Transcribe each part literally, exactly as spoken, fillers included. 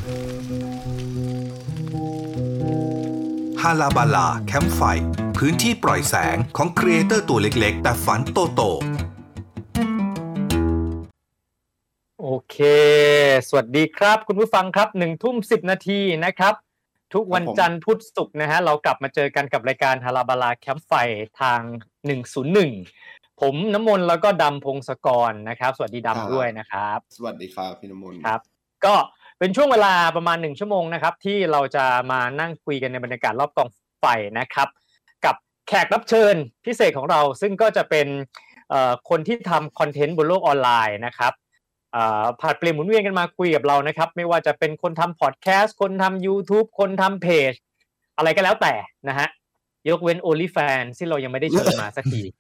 ฮาลาบาลาแคมป์ไฟพื้นที่ปล่อยแสงของครีเอเตอร์ตัวเล็กๆแต่ฝันโตๆโอเคสวัสดีครับคุณผู้ฟังครับหนึ่งทุ่มสิบนาทีนะครับทุกวันจันทร์พุธศุกร์นะฮะเรากลับมาเจอกันกับรายการฮาลาบาลาแคมป์ไฟทางหนึ่งศูนย์หนึ่งผมน้ำมนต์แล้วก็ดำพงศกรนะครับสวัสดีดำด้วยนะครับสวัสดีครับพี่น้ำมนต์ครับก็เป็นช่วงเวลาประมาณหนึ่งชั่วโมงนะครับที่เราจะมานั่งคุยกันในบรรยากาศรอบกองไฟนะครับกับแขกรับเชิญพิเศษของเราซึ่งก็จะเป็นเอ่อคนที่ทำคอนเทนต์บนโลกออนไลน์นะครับเอ่อผลัดเปลี่ยนหมุนเวียนกันมาคุยกับเรานะครับไม่ว่าจะเป็นคนทำพอดแคสต์คนทำ YouTube คนทำเพจอะไรก็แล้วแต่นะฮะยกเว้น OnlyFans ที่เรายังไม่ได้เชิญมาสักที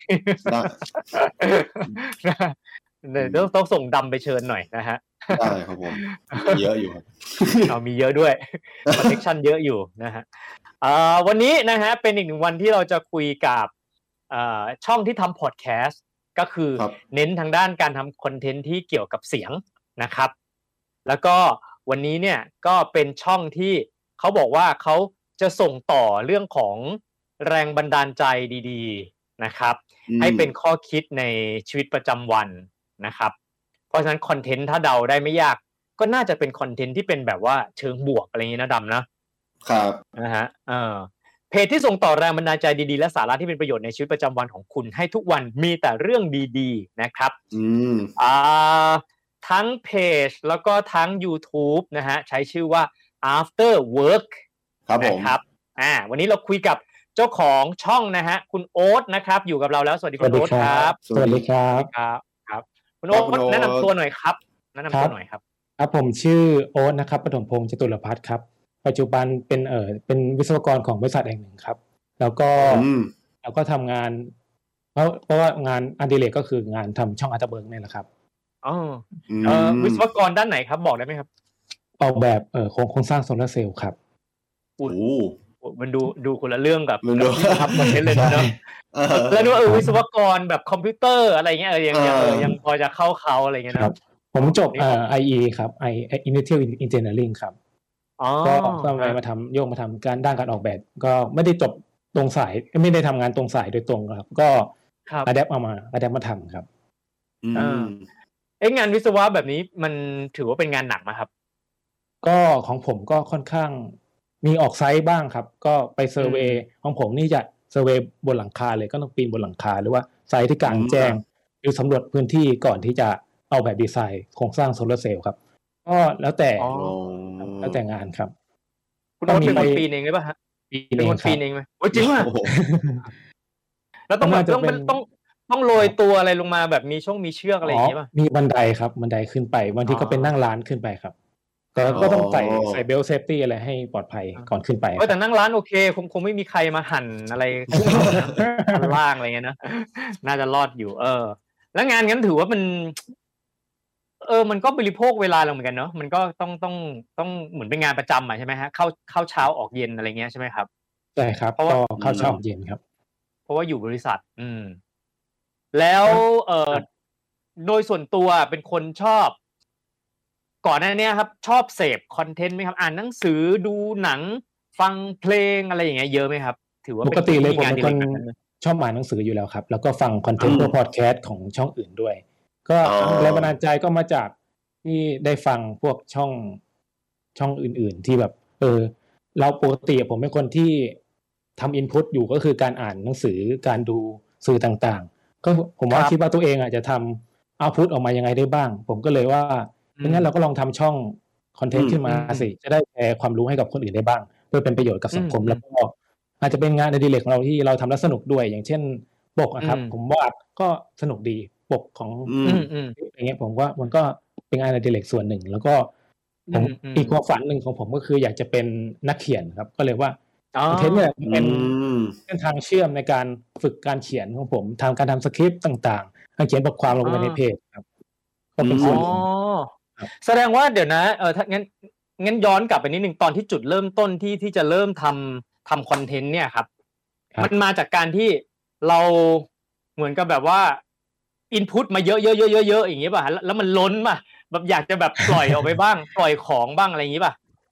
เดี๋ยวต้องส่งดำไปเชิญหน่อยนะฮะได้ครับผมเยอะอยู่ครับเอามีเยอะด้วย protection เยอะอยู่นะฮะวันนี้นะฮะเป็นอีกหนึ่งวันที่เราจะคุยกับช่องที่ทำพอดแคสต์ก็คือเน้นทางด้านการทำคอนเทนต์ที่เกี่ยวกับเสียงนะครับแล้วก็วันนี้เนี่ยก็เป็นช่องที่เขาบอกว่าเขาจะส่งต่อเรื่องของแรงบันดาลใจดีๆนะครับให้เป็นข้อคิดในชีวิตประจำวันนะครับเพราะฉะนั้นคอนเทนต์ถ้าเดาได้ไม่ยากก็น่าจะเป็นคอนเทนต์ที่เป็นแบบว่าเชิงบวกอะไรอย่างนี้นะดำนะครับนะฮะเออเพจที่ส่งต่อแรงบันดาลใจดีๆและสาระที่เป็นประโยชน์ในชีวิตประจำวันของคุณให้ทุกวันมีแต่เรื่องดีๆนะครับอืมอ่าทั้งเพจแล้วก็ทั้ง YouTube นะฮะใช้ชื่อว่า After Work ครับผมนะครับอ่าวันนี้เราคุยกับเจ้าของช่องนะฮะคุณโอ๊ตนะครับอยู่กับเราแล้วสวัสดีคุณโอ๊ตครับสวัสดีครับครับครับคุณโอ๊ตแนะนำตัวหน่อยครับแนะนำตัวหน่อยครับครับผมชื่อโอ๊ตนะครับปฐมพงษ์จตุรพัฒน์ครับปัจจุบันเป็นเอ่อเป็นวิศวกรของบริษัทแห่งหนึ่งครับแล้วก็แล้วก็ทำงานเพราะเพราะว่างานอดิเรกก็คืองานทำช่องอาร์ตเบิร์กนี่แหละครับอ๋อเอ่อวิศวกรด้านไหนครับบอกได้ไหมครับออกแบบเอ่อโครงสร้างโซลาร์เซลล์ครับโอ้มันดูดูคนละเรื่องกับทำคอนเทนต์เลยนะแล้วนึกว่าเออวิศวกรแบบคอมพิวเตอร์อะไรเงี้ยเออยังยังยังพอจะเข้าเขาอะไรเงี้ยนะผมจบเอ่อ ไอ อี ครับ I Industrial Engineering ครับก็ก็มาทำโยกมาทำการด้านการออกแบบก็ไม่ได้จบตรงสายไม่ได้ทำงานตรงสายโดยตรงครับก็อะแดปเอามาอะแดปมาทำครับอ่าเอ๊ะงานวิศวะแบบนี้มันถือว่าเป็นงานหนักมั้ยครับก็ของผมก็ค่อนข้างมีออกไซต์บ้างครับก็ไปเซอร์เวย์ของผมนี่จะเซอร์เวย์บนหลังคาเลยก็ต้องปีนบนหลังคาหรือว่าไซต์ที่กลางแจ้งหรือสำรวจพื้นที่ก่อนที่จะเอาแบบดีไซน์โครงสร้างโซลาร์เซลล์ครับก็แล้วแต่แล้วแต่งานครับคุณโอ๊ตเป็นคนปีนเองหรือเปล่าฮะเป็นคนปีนเองมั้ยโอ้จริงป่ะแล้วต้องต้องต้องต้องโรยตัวอะไรลงมาแบบมีช่องมีเชือกอะไรอย่างงี้ป่ะมีบันไดครับบันไดขึ้นไปบางทีก็เป็นนั่งร้านขึ้นไปครับแต่ก็ต้องใส่ใส่เบลต์เซฟตี้อะไรให้ปลอดภัยก่อนขึ้นไปแต่นั่งร้านโอเคคงคงไม่มีใครมาหั่นอะไรข้างล่างอะไรเงี้ยนะน่าจะรอดอยู่เออแล้วงานงั้นถือว่ามันเออมันก็บริโภคเวลาเราเหมือนกันเนาะมันก็ต้องต้องต้องเหมือนเป็นงานประจำอ่ะใช่ไหมฮะเข้าเข้าเช้าออกเย็นอะไรเงี้ยใช่ไหมครับใช่ครับเพราะว่าเข้าเช้าออกเย็นครับเพราะว่าอยู่บริษัทอืมแล้วเออโดยส่วนตัวเป็นคนชอบก่อนหน้านี้ครับชอบเสพคอนเทนต์ไหมครับอ่านหนังสือดูหนังฟังเพลงอะไรอย่างเงี้ยเยอะไหมครับถือว่าปกติเลยผมเป็นคนชอบอ่านหนังสืออยู่แล้วครับแล้วก็ฟังคอนเทนต์พวกพอดแคสต์ของช่องอื่นด้วยก็แรงบันดาลใจก็มาจากที่ได้ฟังพวกช่องช่องอื่นๆที่แบบเออเราปกติผมเป็นคนที่ทำอินพุตอยู่ก็คือการอ่านหนังสือการดูสื่อต่างๆก็ผมว่าคิดว่าตัวเองอ่ะจะทำเอาท์พุตออกมายังไงได้บ้างผมก็เลยว่างั้นเราก็ลองทำช่องคอนเทนต์ขึ้นมาสิจะได้แชร์ความรู้ให้กับคนอื่นได้บ้างเพื่อเป็นประโยชน์กับสังคมแล้วก็อาจจะเป็นงานอดิเรกของเราที่เราทำแล้วสนุกด้วยอย่างเช่นปกนะครับผมวาดก็สนุกดีปกของอย่างเงี้ยผมว่ามันก็เป็นงานอดิเรกส่วนหนึ่งแล้วก็ผมอีกความฝันหนึ่งของผมก็คืออยากจะเป็นนักเขียนครับก็เลยว่าคอนเทนต์เนี่ยเป็นเส้นทางเชื่อมในการฝึกการเขียนของผมทางการทำสคริปต์ต่างๆการเขียนบทความลงไปในเพจครับก็เป็นส่วนหนึ่งแสดงว่าเดี๋ยวนะเออถ้างั้นงั้นย้อนกลับไปนิดนึงตอนที่จุดเริ่มต้นที่ที่จะเริ่มทำทำคอนเทนต์เนี่ยครับมันมาจากการที่เราเหมือนกับแบบว่าอินพุตมาเยอะๆๆๆๆอย่างงี้ป่ะแล้วมันล้นป่ะแบบอยากจะแบบปล่อยออกไปบ้างปล่อยของบ้างอะไรอย่างงี้ป่ะ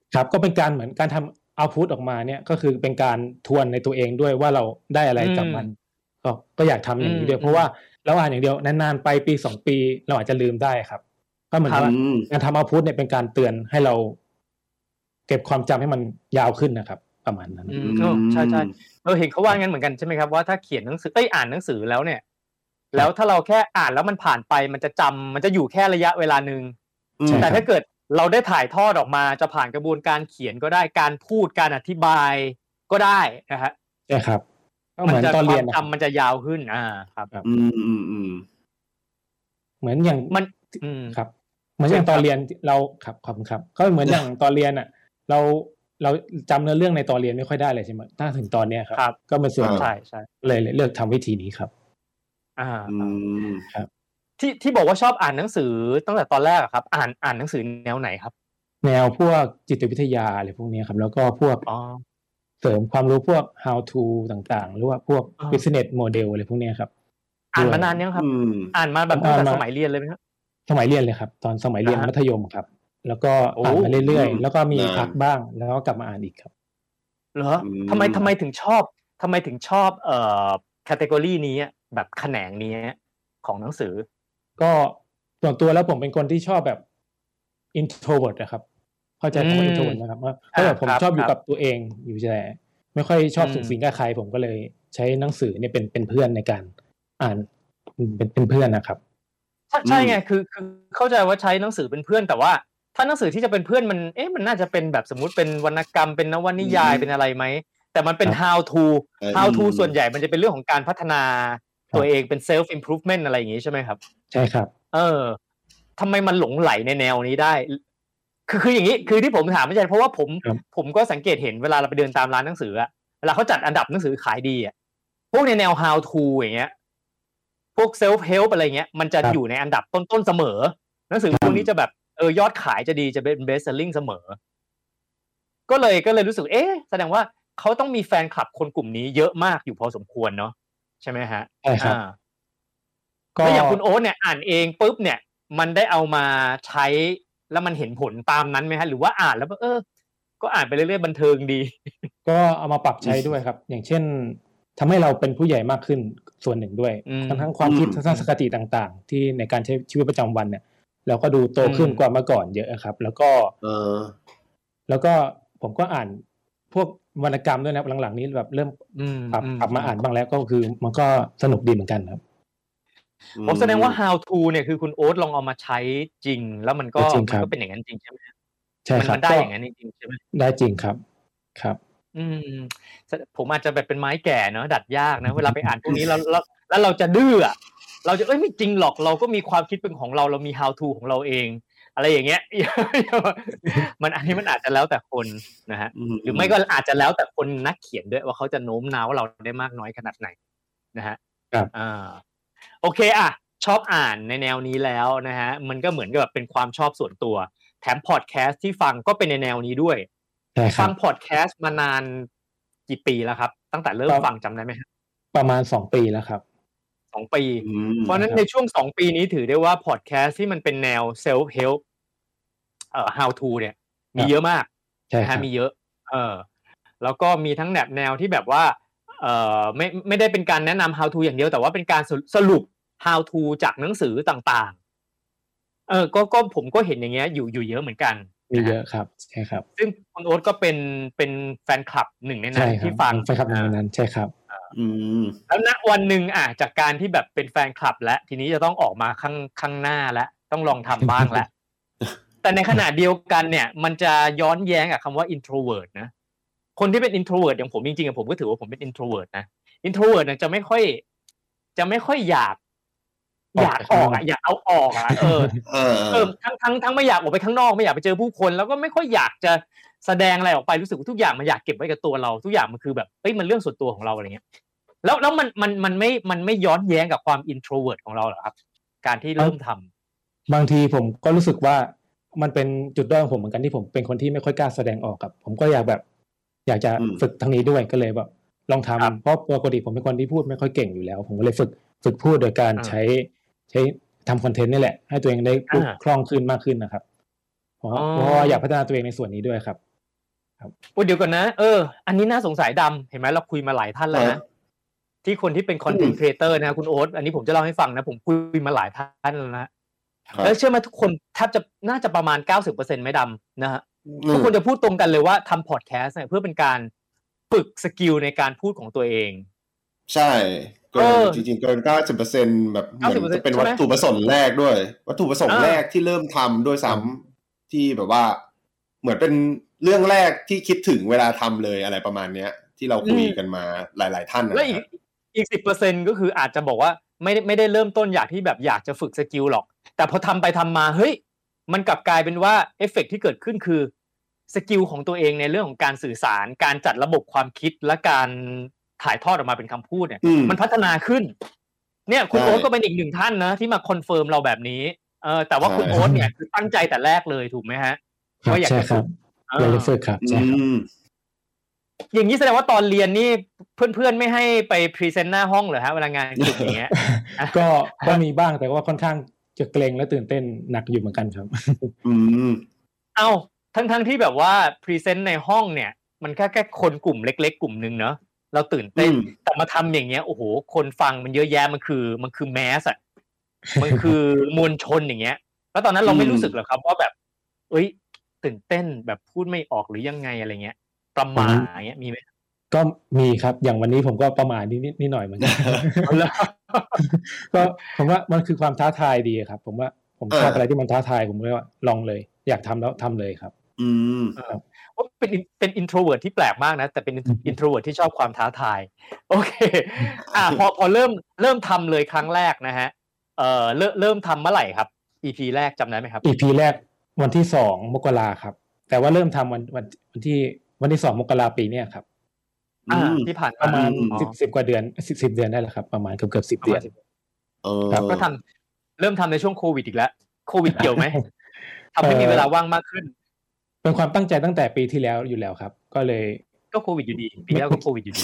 ครับก็เป็นการเหมือนการทำเอาท์พุตออกมาเนี่ยก็คือเป็นการทวนในตัวเองด้วยว่าเราได้อะไรกับมันก็ก็อยากทำอย่างนี้ด้วยเพราะว่าเราอ่านอย่างเดียวนานๆไปปีสองปีเราอาจจะลืมได้ครับก็เหมือนว่าการทำเอาท์พุตเนี่ยเป็นการเตือนให้เราเก็บความจำให้มันยาวขึ้นนะครับประมาณนั้นอืมใช่ใช่เออเห็นเขาว่างั้นเหมือนกันใช่ไหมครับว่าถ้าเขียนหนังสือเอ้ยอ่านหนังสือแล้วเนี่ยแล้วถ้าเราแค่อ่านแล้วมันผ่านไปมันจะจำมันจะอยู่แค่ระยะเวลานึงแต่ถ้าเกิดเราได้ถ่ายทอดออกมาจะผ่านกระบวนการเขียนก็ได้การพูดการอธิบายก็ได้นะฮะใช่ครับก็เหมือนตอนเรียนจำมันจะยาวขึ้นอ่าครับอืมอืมอืมเหมือนอย่างมันครับเหมือนอย่างตอนเรียนเราครับขอบคุณครับก็เหมือนอย่างตอนเรียนอ่ะเราเราจำเนื้อเรื่องในตอนเรียนไม่ค่อยได้เลยใช่ไหมถ้าถึงตอนเนี้ยครับก็เป็นส่วนใช่ใช่เลยเลือกทำวิธีนี้ครับอ่าครับที่ที่บอกว่าชอบอ่านหนังสือตั้งแต่ตอนแรกครับอ่านอ่านหนังสือแนวไหนครับแนวพวกจิตวิทยาอะไรพวกนี้ครับแล้วก็พวกเสริมความรู้พวก how to ต่างๆหรือว่าพวก business model อะไรพวกนี้ครับอ่านมานานยังครับอ่านมาแบบตั้งแต่สมัยเรียนเลยไหมครับสมัยเรียนเลยครับตอนสมัยเรียนมัธยมครับแล้วก็อ่านมาเรื่อยๆแล้วก็มีพักบ้างแล้วก็กลับมาอ่านอีกครับเหรอทำไมทำไมถึงชอบทำไมถึงชอบเอ่อ category นี้แบบแขนงนี้ของหนังสือก็ส่วนตัวแล้วผมเป็นคนที่ชอบแบบ introvert นะครับเข้าใจคำว่า introvert นะครับว่าเพราะแบบผมชอบอยู่กับตัวเองอยู่แต่ไม่ค่อยชอบสุขสิงกับใครผมก็เลยใช้หนังสือเนี่ยเป็นเป็นเพื่อนในการอ่านเป็นเป็นเพื่อนนะครับใช่ไงคือคือเข้าใจว่าใช้หนังสือเป็นเพื่อนแต่ว่าถ้าหนังสือที่จะเป็นเพื่อนมันเอ๊ะมันน่าจะเป็นแบบสมมุติเป็นวรรณกรรมเป็นนวนิยายเป็นอะไรไหมแต่มันเป็น how to how to ส่วนใหญ่มันจะเป็นเรื่องของการพัฒนาตัวเองเป็น self improvement อะไรอย่างงี้ใช่ไหมครับใช่ครับเออทำไมมันหลงไหลในแนวนี้ได้คือคืออย่างนี้คือที่ผมถามไม่ใช่เพราะว่าผมผมก็สังเกตเห็นเวลาเราไปเดินตามร้านหนังสืออะเวลาเขาจัดอันดับหนังสือขายดีอะพวกในแนว how to อย่างเงี้ยพวก self help อะไรเงี้ยมันจะอยู่ในอันดับต้นๆเสมอหนังสือพวกนี้จะแบบเออยอดขายจะดีจะเป็น best selling เสมอก็เลยก็เลยรู้สึกเอ๊ะแสดงว่าเขาต้องมีแฟนคลับคนกลุ่มนี้เยอะมากอยู่พอสมควรเนาะใช่ไหมฮะใช่ครับก็อย่างคุณโอ๊ตเนี่ยอ่านเองปุ๊บเนี่ยมันได้เอามาใช้แล้วมันเห็นผลตามนั้นไหมฮะหรือว่าอ่านแล้วเออก็อ่านไปเรื่อยๆบันเทิงดีก็เอามาปรับใช้ด้วยครับอย่างเช่นทำให้เราเป็นผู้ใหญ่มากขึ้นส่วนหนึ่งด้วยทั้งความคิดทัศนคติต่างๆที่ในการใช้ชีวิตประจำวันเนี่ยเราก็ดูโตขึ้นกว่าเมื่อก่อนเยอะครับแล้วก็เออแล้วก็ผมก็อ่านพวกวรรณกรรมด้วยนะหลังๆนี้แบบเริ่มปรับปรับมาอ่านบ้างแล้วก็คือมันก็สนุกดีเหมือนกันครับผมแสดงว่า how to เนี่ยคือคุณโอ๊ตลองเอามาใช้จริงแล้วมันก็มันก็เป็นอย่างนั้นจริงใช่ไหมใช่ครับมันได้อย่างนั้นจริงๆใช่ไหมได้จริงครับครับอืมผมอาจจะแบบเป็นไม้แก่เนาะดัดยากนะเวลาไปอ่านพวกนี้แล้วแล้วแล้วเราจะดื้ออ่ะเราจะเอ้ยไม่จริงหรอกเราก็มีความคิดเป็นของเราเรามี how to ของเราเองอะไรอย่างเงี้ยมันอันนี้มันอาจจะแล้วแต่คนนะฮะหรือไม่ก็อาจจะแล้วแต่คนนักเขียนด้วยว่าเขาจะโน้มน้าวเราได้มากน้อยขนาดไหนนะฮะครับอ่าโอเคอ่ะชอบอ่านในแนวนี้แล้วนะฮะมันก็เหมือนกับแบบเป็นความชอบส่วนตัวแถมพอดแคสต์ที่ฟังก็เป็นในแนวนี้ด้วยฟังพอดแคสต์มานานกี่ปีแล้วครับตั้งแต่เริ่มฟังจำได้ไหมครับประมาณสองปีแล้วครับสองปีเพราะนั้นในช่วงสองปีนี้ถือได้ว่าพอดแคสต์ที่มันเป็นแนว self help เอ่อ how to เนี่ยมีเยอะมากนะฮะมีเยอะเออแล้วก็มีทั้งแบบแนวที่แบบว่าเอ่อไม่ไม่ได้เป็นการแนะนำ how to อย่างเดียวแต่ว่าเป็นการสรุป how to จากหนังสือต่างๆเออก็ก็ผมก็เห็นอย่างเงี้ยอยู่อยู่เยอะเหมือนกันมีเยอะครับใช่ครับซึ่งคุณโอ๊ตก็เป็นเป็นแฟนคลับหนึ่งในนั้นที่ฟังแฟนคลับหนึ่งในนั้นใช่ครับอืมแล้วณวันหนึ่งอ่ะจากการที่แบบเป็นแฟนคลับแล้วทีนี้จะต้องออกมาข้างข้างหน้าแล้วต้องลองทำบ้างแล้ว แต่ในขณะเดียวกันเนี่ยมันจะย้อนแย้งกับคำว่า introvert นะคนที่เป็น introvert อย่างผมจริงๆผมก็ถือว่าผมเป็น introvert นะ introvert เนี่ยจะไม่ค่อยจะไม่ค่อยอยากอยากออกอ่ะอยากเอาออกอ่ะเออเออทั้งทั้งทั้งไม่อยากออกไปข้างนอกไม่อยากไปเจอผู้คนแล้วก็ไม่ค่อยอยากจะแสดงอะไรออกไปรู้สึกว่าทุกอย่างมันอยากเก็บไว้กับตัวเราทุกอย่างมันคือแบบเอ้ยมันเรื่องส่วนตัวของเราอะไรเงี้ยแล้วแล้วมันมันมันไม่มันไม่ย้อนแย้งกับความ introvert ของเราเหรอครับการที่เริ่มทำบางทีผมก็รู้สึกว่ามันเป็นจุดด้อยของผมเหมือนกันที่ผมเป็นคนที่ไม่ค่อยกล้าแสดงออกกับผมก็อยากแบบอยากจะฝึกทางนี้ด้วยก็เลยแบบลองทำเพราะปกติผมเป็นคนที่พูดไม่ค่อยเก่งอยู่แล้วผมก็เลยฝึกฝึกพูดโดยการใช้ใช้ทำคอนเทนต์นี่แหละให้ตัวเองได้พูดคล่องขึ้นมากขึ้นนะครับเพราะเพราะอยากพัฒนาตัวเองในส่วนนี้ด้วยครับครับโอ้เดี๋ยวก่อนนะเอออันนี้น่าสงสัยดำเห็นไหมเราคุยมาหลายท่านแล้วนะที่คนที่เป็นคอนเทนต์ครีเอเตอร์นะคุณโอ๊ตอันนี้ผมจะเล่าให้ฟังนะผมคุยมาหลายท่านแล้วนะแล้วเชื่อไหมทุกคนแทบจะน่าจะประมาณ เก้าสิบเปอร์เซ็นต์ ไม่ดำนะฮะทุกคนจะพูดตรงกันเลยว่าทำพอดแคสต์เนี่ยเพื่อเป็นการฝึกสกิลในการพูดของตัวเองใช่เกินจริงๆเกิน เก้าสิบเปอร์เซ็นต์ แบบเหมือนจะเป็นวัตถุประสงค์แรกด้วยวัตถุประสงค์แรกที่เริ่มทำด้วยซ้ำที่แบบว่าเหมือนเป็นเรื่องแรกที่คิดถึงเวลาทำเลยอะไรประมาณเนี้ยที่เราคุยกันมาหลายๆท่านนะแล้วอีกอีก สิบเปอร์เซ็นต์ ก็คืออาจจะบอกว่าไม่ได้ไม่ได้เริ่มต้นอยากที่แบบอยากจะฝึกสกิลหรอกแต่พอทำไปทำมาเฮ้ยมันกลับกลายเป็นว่าเอฟเฟกต์ที่เกิดขึ้นคือสกิลของตัวเองในเรื่องของการสื่อสารการจัดระบบความคิดและการถ่ายทอดออกมาเป็นคำพูดเนี่ยมันพัฒนาขึ้นเนี่ยคุณโอ๊ตก็เป็นอีกหนึ่งท่านนะที่มาคอนเฟิร์มเราแบบนี้เออแต่ว่าคุณโอ๊ตเนี่ยคือตั้งใจแต่แรกเลยถูกไหมฮะว่าอยากจะฝึกอยากจะฝึกครับใช่ครับอย่างนี้แสดงว่าตอนเรียนนี่เพื่อนๆไม่ให้ไปพรีเซนต์หน้าห้องเหรอฮะเวลางานกลุ่มอย่างเงี้ยก็ก็มีบ้างแต่ว่าค่อนข้างจะเกรงและตื่นเต้นหนักอยู่เหมือนกันครับอืมเอ้าทั้งๆที่แบบว่าพรีเซนต์ในห้องเนี่ยมันแค่แค่คนกลุ่มเล็กๆกลุ่มนึงเนาะเราตื่นเต้นแต่มาทำอย่างเงี้ยโอ้โหคนฟังมันเยอะแยะมันคือมันคือแมสอะมันคือมวลชนอย่างเงี้ยแล้วตอนนั้นเราไม่รู้สึกหรอครับว่าแบบเอ้ยตื่นเต้นแบบพูดไม่ออกหรือยังไงอะไรเงี้ยประมาทอย่างเงี้ยมีไหมก็มีครับอย่างวันนี้ผมก็ประมาทนิดนิดหน่อยเหมือนกันก็ผมว่ามันคือความท้าทายดีครับผมว่าผมชอบอะไรที่มันท้าทายผมเลยว่าลองเลยอยากทำแล้วทำเลยครับอืมว่าเป็นเป็นอินโทรเวิร์ตที่แปลกมากนะแต่เป็นอินโทรเวิร์ตที่ชอบความท้าทายโอเคอ่ะพอพอเริ่มเริ่มทำเลยครั้งแรกนะฮะเอ่อเริ่มเริ่มทำเมื่อไหร่ครับ อี พี แรกจำได้ไหมครับอี พี แรกวันที่สองมกราครับแต่ว่าเริ่มทำวันวันวันที่วันที่สองมกราปีนี้ครับอ่าที่ผ่านประมาณสิบ สิบกว่าเดือนสิบ สิบเดือนได้แล้วครับประมาณเกือบๆสิบเดือนเออก็ทำเริ่มทำในช่วงโควิดอีกแล้วโควิดเกี่ยวไหมทำให้มีเวลาว่างมากขึ้นเป็นความตั้งใจตั้งแต่ปีที่แล้วอยู่แล้วครับก็เลยก็โควิดอยู่ดีปีแล้วก็โควิดอยู่ดี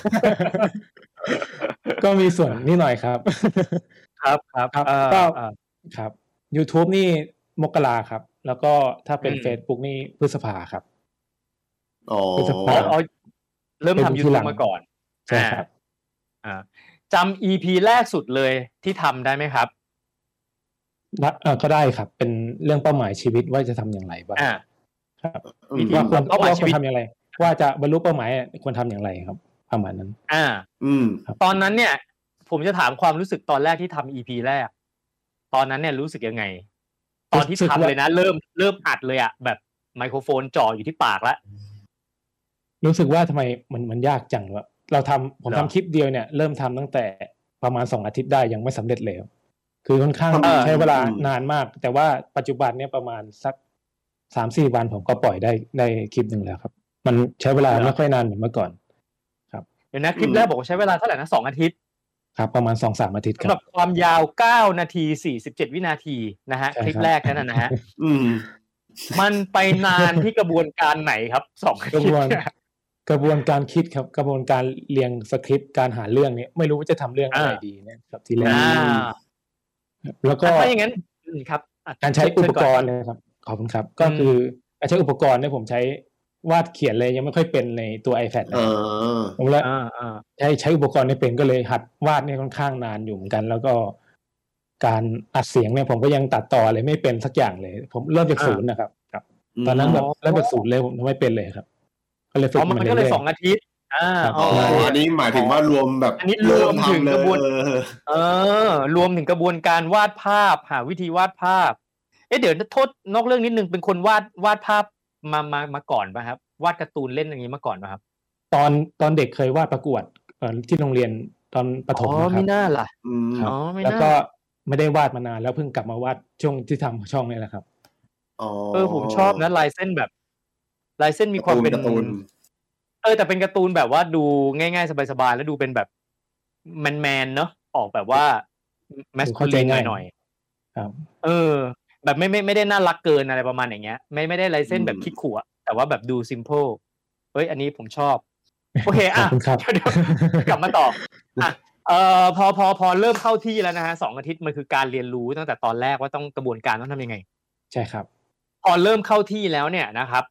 ก็มีส่วนนิดหน่อยครับครับครับก็ครับ YouTube นี่มกราครับแล้วก็ถ้าเป็น Facebook นี่พฤษภาครับอ๋อพฤษภาอ๋อเริ่มทำ YouTube มาก่อนใช่ครับอ่าจำ อี พี แรกสุดเลยที่ทำได้ไหมครับก็ได้ครับเป็นเรื่องเป้าหมายชีวิตว่าจะทำอย่างไรบ้างครับว่าควรเป้าหมายชีวิตทำอย่างไรว่าจะบรรลุเป้าหมายควรทำอย่างไรครับประมาณนั้นอ่าอืมตอนนั้นเนี่ยผมจะถามความรู้สึกตอนแรกที่ทำ อี พี แรกตอนนั้นเนี่ยรู้สึกยังไงตอนที่ทำเลยนะเริ่มเริ่มอัดเลยอ่ะแบบไมโครโฟนจ่ออยู่ที่ปากแล้วรู้สึกว่าทำไมมันมันยากจังวะเราทำผมทำคลิปเดียวเนี่ยเริ่มทำตั้งแต่ประมาณสองอาทิตย์ได้ยังไม่สำเร็จเลยคือค่อนข้างใช้เวลานานมากแต่ว่าปัจจุบันเนี่ยประมาณสัก สามสี่ วันผมก็ปล่อยได้ได้คลิปนึงแล้วครับมันใช้เวลาไม่ค่อยนานเหมือนเมื่อก่อนครับเดี๋ยวนะคลิปแรกบอกว่าใช้เวลาเท่าไหร่นะสองอาทิตย์ครับประมาณ สองสาม อาทิตย์ครับสำหรับความยาวเก้านาทีสี่สิบเจ็ดวินาทีนะฮะคลิปแรกนั่นนะฮะอืมมันไปนานที่กระบวนการไหนครับสองอาทิตย์กระบวนการคิดครับกระบวนการเรียงสคริปต์การหาเรื่องนี้ไม่รู้ว่าจะทำเรื่องอะไรดีนะครับทีแรกแล้วก็ถ้าอย่างนั้นครับการใช้อุปกรณ์นะครับขอบคุณครับก็คือการใช้อุปกรณ์เนี่ยผมใช้วาดเขียนเลยยังไม่ค่อยเป็นในตัว iPad นะผมเลยใช้ใช้อุปกรณ์ไม่เป็นก็เลยหัดวาดเนี่ยค่อนข้างนานอยู่เหมือนกันแล้วก็การอัดเสียงเนี่ยผมก็ยังตัดต่ออะไรไม่เป็นสักอย่างเลยผมเริ่มจากศูนย์นะครับครับตอนนั้นแบบเริ่มจากศูนย์เลยผมไม่เป็นเลยครับก็เลยฝึกมันก็เลยสองอาทิตย์อ่าอ๋ออันนี้หมายถึงว่ารวมแบบอันนี้รวมถึงกระบวนเออรวมถึงกระบวนการวาดภาพหาวิธีวาดภาพเอ๊ะเดี๋ยวโทษนอกเรื่องนิดนึงเป็นคนวาดวาดภาพมามามาก่อนป่ะครับวาดการ์ตูนเล่นอย่างนี้มาก่อนป่ะครับตอนตอนเด็กเคยวาดประกวดเอ่อที่โรงเรียนตอนประถมนะครับอ๋อไม่น่าล่ะอ๋อไม่น่าแล้วก็ไม่ได้วาดมานานแล้วเพิ่งกลับมาวาดช่วงที่ทำช่องนี่แหละครับอ๋อเออผมชอบนะลายเส้นแบบลายเส้นมีความเป็นเออแต่เป็นการ์ตูนแบบว่าดูง่ายๆสบายๆแล้วดูเป็นแบบแมนๆเนาะออกแบบว่าแมสคูลินหน่อยๆครับเออแบบไม่ไม่ไม่ได้น่ารักเกินอะไรประมาณอย่างเงี้ยไม่ไม่ได้ลายเส้นแบบคิดขู่แต่ว่าแบบดูซิมเพิลเฮ้ยอันนี้ผมชอบโอเคอ่ะเดี๋ยวกลับมาต่ออ่ะเอ่อพอพอพอเริ่มเข้าที่แล้วนะฮะสองอาทิตย์มันคือการเรียนรู้ตั้งแต่ตอนแรกว่าต้องกระบวนการต้องทำยังไงใช่ครับพอเริ่มเข้าที่แล้วเนี่ยนะครับ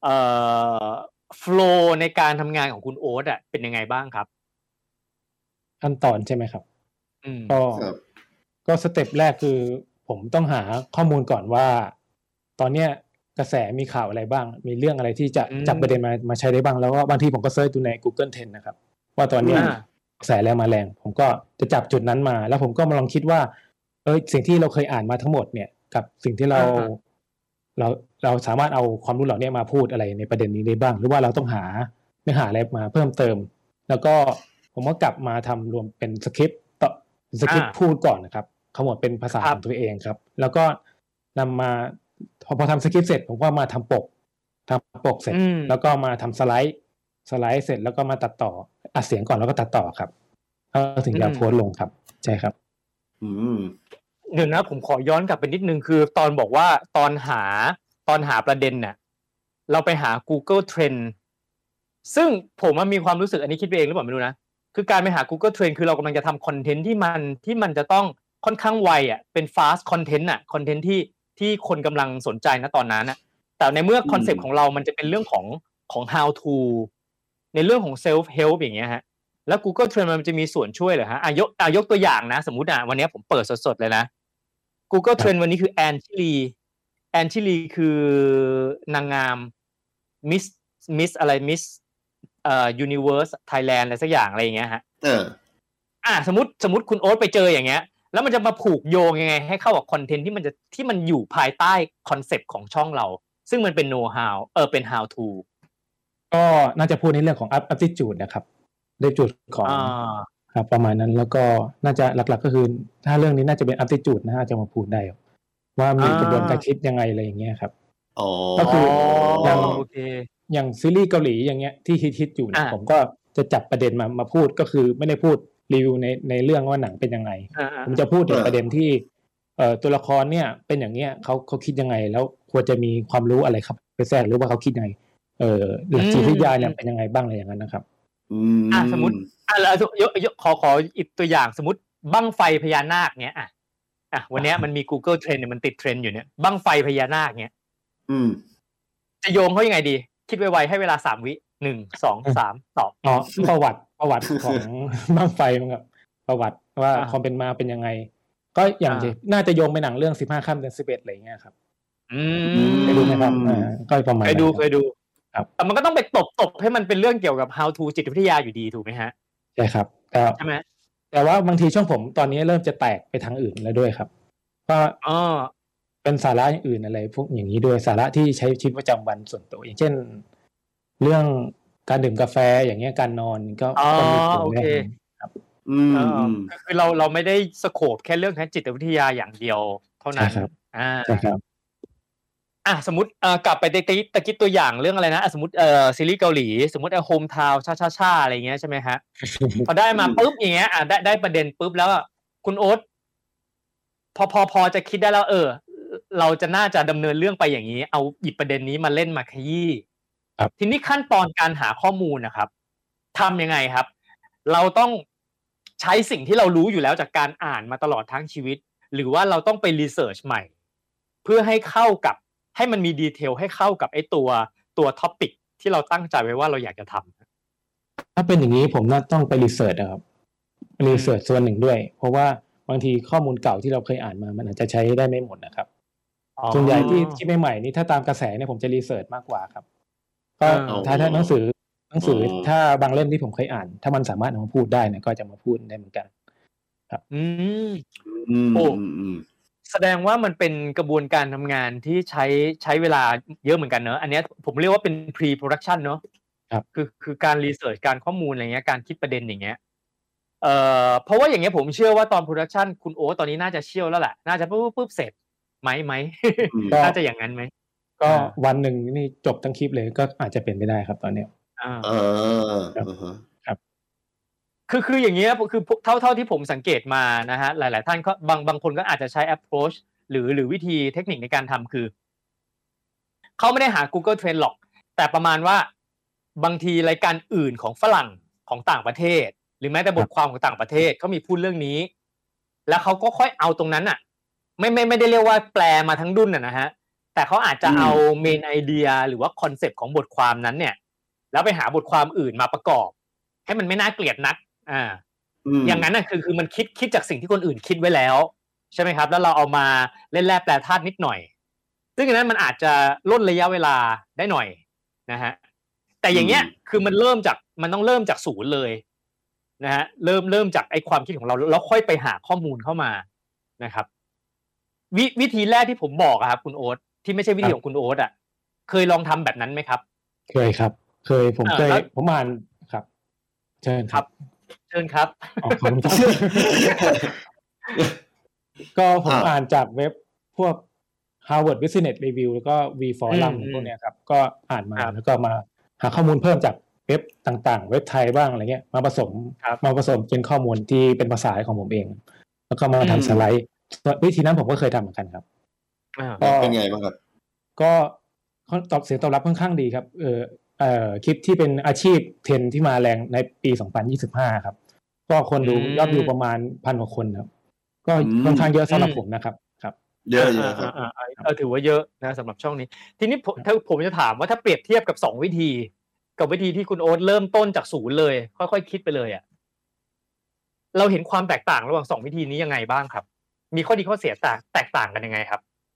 เอ่อโฟลว์ในการทำงานของคุณโอ๊ตอ่ะเป็นยังไงบ้างครับขั้นตอนใช่ไหมครับอืมก็ก็สเต็ปแรกคือผมต้องหาข้อมูลก่อนว่าตอนเนี้ยกระแสมีข่าวอะไรบ้างมีเรื่องอะไรที่จะจับประเด็นมามาใช้ได้บ้างแล้วก็บางทีผมก็เซิร์ชดูใน Google Trends นะครับว่าตอนนี้กระแสอะไรมาแรงผมก็จะจับจุดนั้นมาแล้วผมก็มาลองคิดว่าเอ้ยสิ่งที่เราเคยอ่านมาทั้งหมดเนี่ยกับสิ่งที่เราเราเราสามารถเอาความรู้เหล่านี้มาพูดอะไรในประเด็นนี้ได้บ้างหรือว่าเราต้องหาเนื้อหาอะไรมาเพิ่มเติมแล้วก็ผมก็กลับมาทำรวมเป็นสคริปต์ต่อสคริปต์พูดก่อนนะครับขมวดเป็นภาษาของตัวเองครับแล้วก็นำมาพอพอทำสคริปต์เสร็จผมก็มาทำปกทำปกเสร็จแล้วก็มาทำสไลด์สไลด์เสร็จแล้วก็มาตัดต่ออัดเสียงก่อนแล้วก็ตัดต่อครับแล้วถึงจะโพสต์ลงครับใช่ครับอืมเดี๋ยวนะผมขอย้อนกลับไปนิดนึงคือตอนบอกว่าตอนหาตอนหาประเด็นน่ะเราไปหา Google Trend ซึ่งผมมีความรู้สึกอันนี้คิดไปเองหรือเปล่าไม่รู้นะคือการไปหา Google Trend คือเรากำลังจะทำคอนเทนต์ที่มันที่มันจะต้องค่อนข้างไวอ่ะเป็น fast content อ่ะคอนเทนต์ที่ที่คนกำลังสนใจณตอนนั้นน่ะแต่ในเมื่อคอนเซปต์ของเรามันจะเป็นเรื่องของของ how to ในเรื่องของ self help อย่างเงี้ยฮะแล้ว Google Trend มันจะมีส่วนช่วยเหรอฮะอ่ะยกอ่ะยกตัวอย่างนะสมมุติอ่ะวันนี้ผมเปิดสดๆเลยนะ Google Trend วันนี้คือแอนชิลีแอนชิลีคือนางงามมิสมิสอะไรมิสเอ่อ Universe Thailand อะไรสักอย่างอะไรอย่างเงี้ยฮะเอออ่ะสมมุติสมมุติคุณโอ๊ตไปเจออย่างเงี้ยแล้วมันจะมาผูกโยงยังไงให้เข้ากับคอนเทนต์ที่มันจะที่มันอยู่ภายใต้คอนเซปต์ของช่องเราซึ่งมันเป็น know how เออเป็น how to ก็น่าจะพูดในเรื่องของ aptitude นะครับได้จุดของครับประมาณนั้นแล้วก็น่าจะหลักๆก็คือถ้าเรื่องนี้น่าจะเป็น aptitude นะฮะจะมาพูดได้ว่ามีกระบวนการคิดยังไงอะไรอย่างเงี้ยครับอ๋อก็คืออย่างโอเคอย่างซีรีส์เกาหลีอย่างเงี้ยที่ฮิตๆอยู่เนี่ยผมก็จะจับประเด็นมามาพูดก็คือไม่ได้พูดรีวิวในในเรื่องว่าหนังเป็นยังไงผมจะพูดถึงประเด็นที่เอ่อตัวละครเนี่ยเป็นอย่างเงี้ยเขาเขาคิดยังไงแล้วควรจะมีความรู้อะไรครับไปแทรกหรือว่าเขาคิดยังไงเอ่อหลักจิตวิทยาเนี่ยเป็นยังไงบ้างอะไรอย่างนั้นนะครับอืมอ่ะสมมุติอ่ะแล้วยกขอขออีกตัวอย่างสมมุติบั้งไฟพญานาคเงี้ยอ่ะอ่ะวันนี้มันมี Google Trend เนี่ยมันติดเทรนด์อยู่เนี่ยบั้งไฟพญานาคเงี้ยอืมจะโยงเขายังไงดีคิดไวๆให้เวลาสามวิหนึ่ง สอง สามตอบอ๋อประวัติประวัติของบั้งไฟมั้งครับประวัติว่าความเป็นมาเป็นยังไงก็อย่างที่น่าจะโยงไปหนังเรื่องสิบห้าค่ำเดือนสิบเอ็ดอะไรอย่างเงี้ยครับอืมเคยดูมั้ยครับอ่าก็ประมาณเคยดูเคยดูครับแต่มันก็ต้องไปตบตบให้มันเป็นเรื่องเกี่ยวกับ how to จิตวิทยาอยู่ดีถูกมั้ยฮะใช่ครับใช่มั้ยแต่ว่าบางทีช่องผมตอนนี้เริ่มจะแตกไปทางอื่นแล้วด้วยครับก็อ๋อเป็นสาระอย่างอื่นอะไรพวกอย่างนี้ด้วยสาระที่ใช้ชีวิตประจำวันส่วนตัวอย่างเช่นเรื่องการดื่มกาแฟอย่างเงี้ยการนอนก็ก็มีผลโอเคครับอืมคือเราเราไม่ได้สโคปแค่เรื่องแค่จิตวิทยาอย่างเดียวเท่านั้นอ่าใช่ครับอ่ะสมมุติเอ่อกลับไปตะกี้ตะกี้ตัวอย่างเรื่องอะไรนะสมมุติเอ่อซีรีส์เกาหลีสมมุติไอ้โฮมทาวน์ช่าๆๆอะไรอย่างเงี้ยใช่มั้ยฮะพอได้มาปึ๊บอย่างเงี้ยอ่ะได้ได้ประเด็นปึ๊บแล้วคุณโอ๊ตพอพอพอจะคิดได้แล้วเออเราจะน่าจะดำเนินเรื่องไปอย่างนี้เอาหยิบประเด็นนี้มาเล่นมาขยี้ทีนี้ขั้นตอนการหาข้อมูลนะครับทำยังไงครับเราต้องใช้สิ่งที่เรารู้อยู่แล้วจากการอ่านมาตลอดทั้งชีวิตหรือว่าเราต้องไปรีเสิร์ชใหม่เพื่อให้เข้ากับให้มันมีดีเทลให้เข้ากับไอ้ตัวตัวท็อปิกที่เราตั้งใจไว้ว่าเราอยากจะทำถ้าเป็นอย่างนี้ผมน่าต้องไปรีเสิร์ชนะครับรีเสิร์ชส่วนหนึ่งด้วยเพราะว่าบางทีข้อมูลเก่าที่เราเคยอ่านมามันอาจจะใช้ได้ไม่หมดนะครับส่วนใหญ่ที่ที่ใหม่ๆนี่ถ้าตามกระแสเนี่ยผมจะรีเสิร์ชมากกว่าครับก็ถ้าถ้าหนังสือหนังสือถ้าบางเล่มที่ผมเคยอ่านถ้ามันสามารถเอามาพูดได้เนี่ยก็จะมาพูดได้เหมือนกันครับอืมโอ้แสดงว่ามันเป็นกระบวนการทำงานที่ใช้ใช้เวลาเยอะเหมือนกันเนอะอันนี้ผมเรียกว่าเป็น pre production เนอะครับคือคือการรีเสิร์ชการข้อมูลอะไรเงี้ยการคิดประเด็นอย่างเงี้ยเอ่อเพราะว่าอย่างเงี้ยผมเชื่อว่าตอน production คุณโอ๊ตตอนนี้น่าจะเชี่ยวแล้วแหละน่าจะปุ๊บปุ๊บเสร็จไหมไหมน่าจะอย่างนั้นไหมก็วันหนึ่งนี่จบทั้งคลิปเลยก็อาจจะเป็นไปได้ครับตอนเนี้ยอ่าเออครับคือคืออย่างเงี้ยคือเท่าเท่าที่ผมสังเกตมานะฮะหลายๆท่านก็บางบางคนก็อาจจะใช้ approach หรือหรือวิธีเทคนิคในการทำคือเขาไม่ได้หา Google Trend หรอกแต่ประมาณว่าบางทีรายการอื่นของฝรั่งของต่างประเทศหรือแม้แต่บทความของต่างประเทศเขามีพูดเรื่องนี้แล้วเขาก็ค่อยเอาตรงนั้นอ่ะไม่ไม่ไม่ได้เรียกว่าแปลมาทั้งดุ้นน่ะนะฮะแต่เขาอาจจะเอาเมนไอเดียหรือว่าคอนเซปต์ของบทความนั้นเนี่ยแล้วไปหาบทความอื่นมาประกอบให้มันไม่น่าเกลียดนักอ่าอย่างนั้นน่ะคือคือมันคิดคิดจากสิ่งที่คนอื่นคิดไว้แล้วใช่ไหมครับแล้วเราเอามาเล่นแร่แปรธาตุนิดหน่อยซึ่งอันนั้นมันอาจจะล่นระยะเวลาได้หน่อยนะฮะแต่อย่างเงี้ยคือมันเริ่มจากมันต้องเริ่มจากศูนย์เลยนะฮะเริ่มเริ่มจากไอ้ความคิดของเราแล้วค่อยไปหาข้อมูลเข้ามานะครับวิวิธีแรกที่ผมบอกอะครับคุณโอ๊ตที่ไม่ใช่วิธีของคุณโอ๊ตอะเคยลองทำแบบนั้นไหมครับเคยครับเคยผมเคยผมอ่านครับเชิญครับเชิญครับขอบคุณครับก็ผมอ่านจากเว็บพวก Harvard Business Review แล้วก็ V Forum พวกเนี้ยครับก็อ่านมาแล้วก็มาหาข้อมูลเพิ่มจากเว็บต่างๆเว็บไทยบ้างอะไรเงี้ยมาผสมมาผสมเป็นข้อมูลที่เป็นภาษาของผมเองแล้วก็มาทำสไลด์วิธีนั้นผมก็เคยทำเหมือนกันครับเป็นไงบ้างครับก็ตอบเสียงตอบรับค่อนข้างดีครับเออเอ่อคลิปที่เป็นอาชีพเทรนด์ที่มาแรงในปีสองพันยี่สิบห้าครับก็คนดูยอดวิวประมาณ หนึ่งพัน กว่าคนครับก็ค่อนข้างเยอะสำหรับผมนะครับครับเยอะๆครับเออถือว่าเยอะนะสำหรับช่องนี้ทีนี้ถ้าผมจะถามว่าถ้าเปรียบเทียบกับสองวิธีกับวิธีที่คุณโอ๊ตเริ่มต้นจากศูนย์เลยค่อยๆคิดไปเลยอ่ะเราเห็นความแตกต่างระหว่างสองวิธีนี้ยังไงบ้างครับมีข้อดีข้อเสียต่างแตกต่างกันยังไงครับ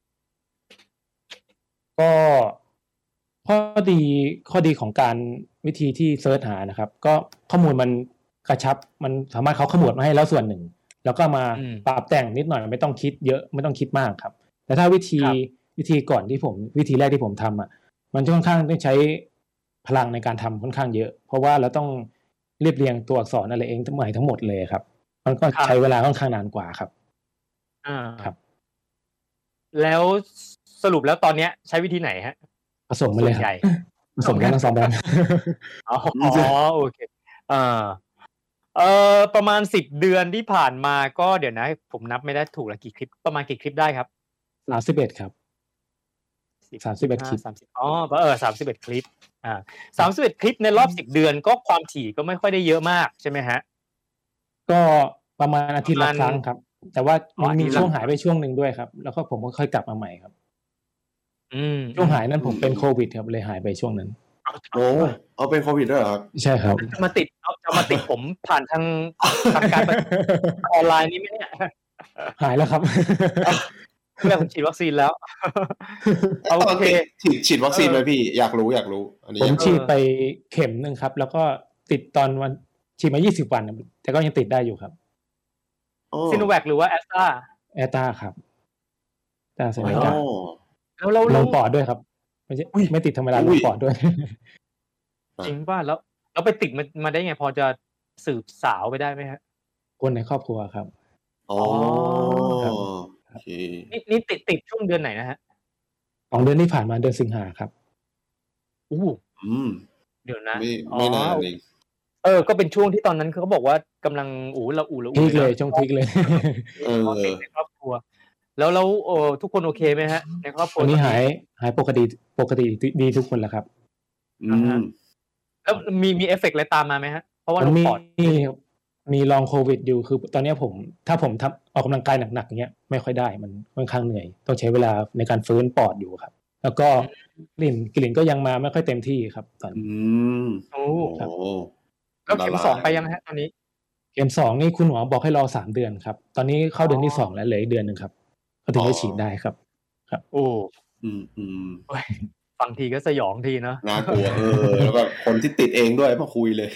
ก็ข้อดีข้อดีของการวิธีที่เสิร์ชหานะครับก็ข้อมูลมันกระชับมันสามารถเขาขมวดมาให้แล้วส่วนหนึ่งแล้วก็มาปรับแต่งนิดหน่อยไม่ต้องคิดเยอะไม่ต้องคิดมากครับแต่ถ้าวิธีวิธีก่อนที่ผมวิธีแรกที่ผมทำอ่ะมันค่อนข้างต้องใช้พลังในการทำค่อนข้างเยอะเพราะว่าเราต้องเรียบเรียงตัวอักษรอะไรเองทั้งหมดทั้งหมดเลยครับมันก็ใช้เวลาค่อนข้างนานกว่าครับอ่าครับแล้วสรุปแล้วตอนนี้ใช้วิธีไหนฮะผสมมาเลยครับผสมกันทั้งสองแบบอ๋อโอเคอ่าเอ่อประมาณสิบเดือนที่ผ่านมาก็เดี๋ยวนะผมนับไม่ได้ถูกละกี่คลิปประมาณกี่คลิปได้ครับสามสิบเอ็ดครับสามสิบเอ็ดคลิปอ๋อเออสามสิบเอ็ดคลิปอ่าสามสิบเอ็ดคลิปในรอบสิบเดือนก็ความถี่ก็ไม่ค่อยได้เยอะมากใช่ไหมฮะก็ประมาณอาทิตย์ละครั้งครับแต่ว่ามันมีช่วงหายไปช่วงนึงด้วยครับแล้วก็ผมก็ค่อยกลับมาใหม่ครับอืมช่วงหายนั้นผมเป็นโควิดครับเลยหายไปช่วงนั้นโอ้เอาเป็นโควิดด้วยเหรอครับใช่ครับจะมาติดเอาจะมาติดผมผ่านทางทางการออนไลน์นี่มั้ยเนี่ยหายแล้วครับเพื่อนผมฉีดวัคซีนแล้วโอเคฉีดฉีดวัคซีนมั้ยพี่อยากรู้อยากรู้อันนี้ผมฉีดไปเข็มนึงครับแล้วก็ติดตอนวันฉีดมายี่สิบวันแต่ก็ยังติดได้อยู่ครับซิโนแวคหรือว่าแอสตราแอสตราครับแอสตราเซเนกาแล้วเราลงปอดด้วยครับไม่ใช่ไม่ติดธรรมดาลงปอดด้วยจริงป่ะแล้วแล้วไปติดมันมาได้ไงพอจะสืบสาวไปได้ไหมฮะคนในครอบครัวครับอ๋อโอเคนี่นี่ติดติดช่วงเดือนไหนนะฮะสองเดือนที่ผ่านมาเดือนสิงหาครับอู้อืมเดี๋ยวนะไม่ไม่นานเองเออก็เป็นช่วงที่ตอนนั้นเขาบอกว่ากำลังอู๋ละอู๋ละอู๋พีคเลยช่วงพีคเลยเออในครอบครัวแล้วแล้วโอ้ทุกคนโอเคไหมฮะในครอบครัวตอนนี้หายหายปกติปกติดีทุกคนแล้วครับอืมแล้วมีมีเอฟเฟกต์อะไรตามมาไหมฮะเพราะว่ามีมีลองโควิดอยู่คือตอนนี้ผมถ้าผมทำออกกำลังกายหนักๆอย่างเงี้ยไม่ค่อยได้มันค่อนข้างเหนื่อยต้องใช้เวลาในการฟื้นปอดอยู่ครับแล้วก็กลิ่นกลิ่นก็ยังมาไม่ค่อยเต็มที่ครับตอนนี้อืมโอ้ครับแล้วเข็มสองไปยังฮะตอนนี้เข็มสองนี่คุณหมอบอกให้รอสามเดือนครับตอนนี้เข้าเดือนที่สองแล้วเหลืออีกเดือนนึงครับก็ถึงจะฉีดได้ครับครับโอ้อืมอืมฟังทีก็สยองทีเนาะน่ากลัวเออแล้วก็คนที่ติดเองด้วยมาคุยเลย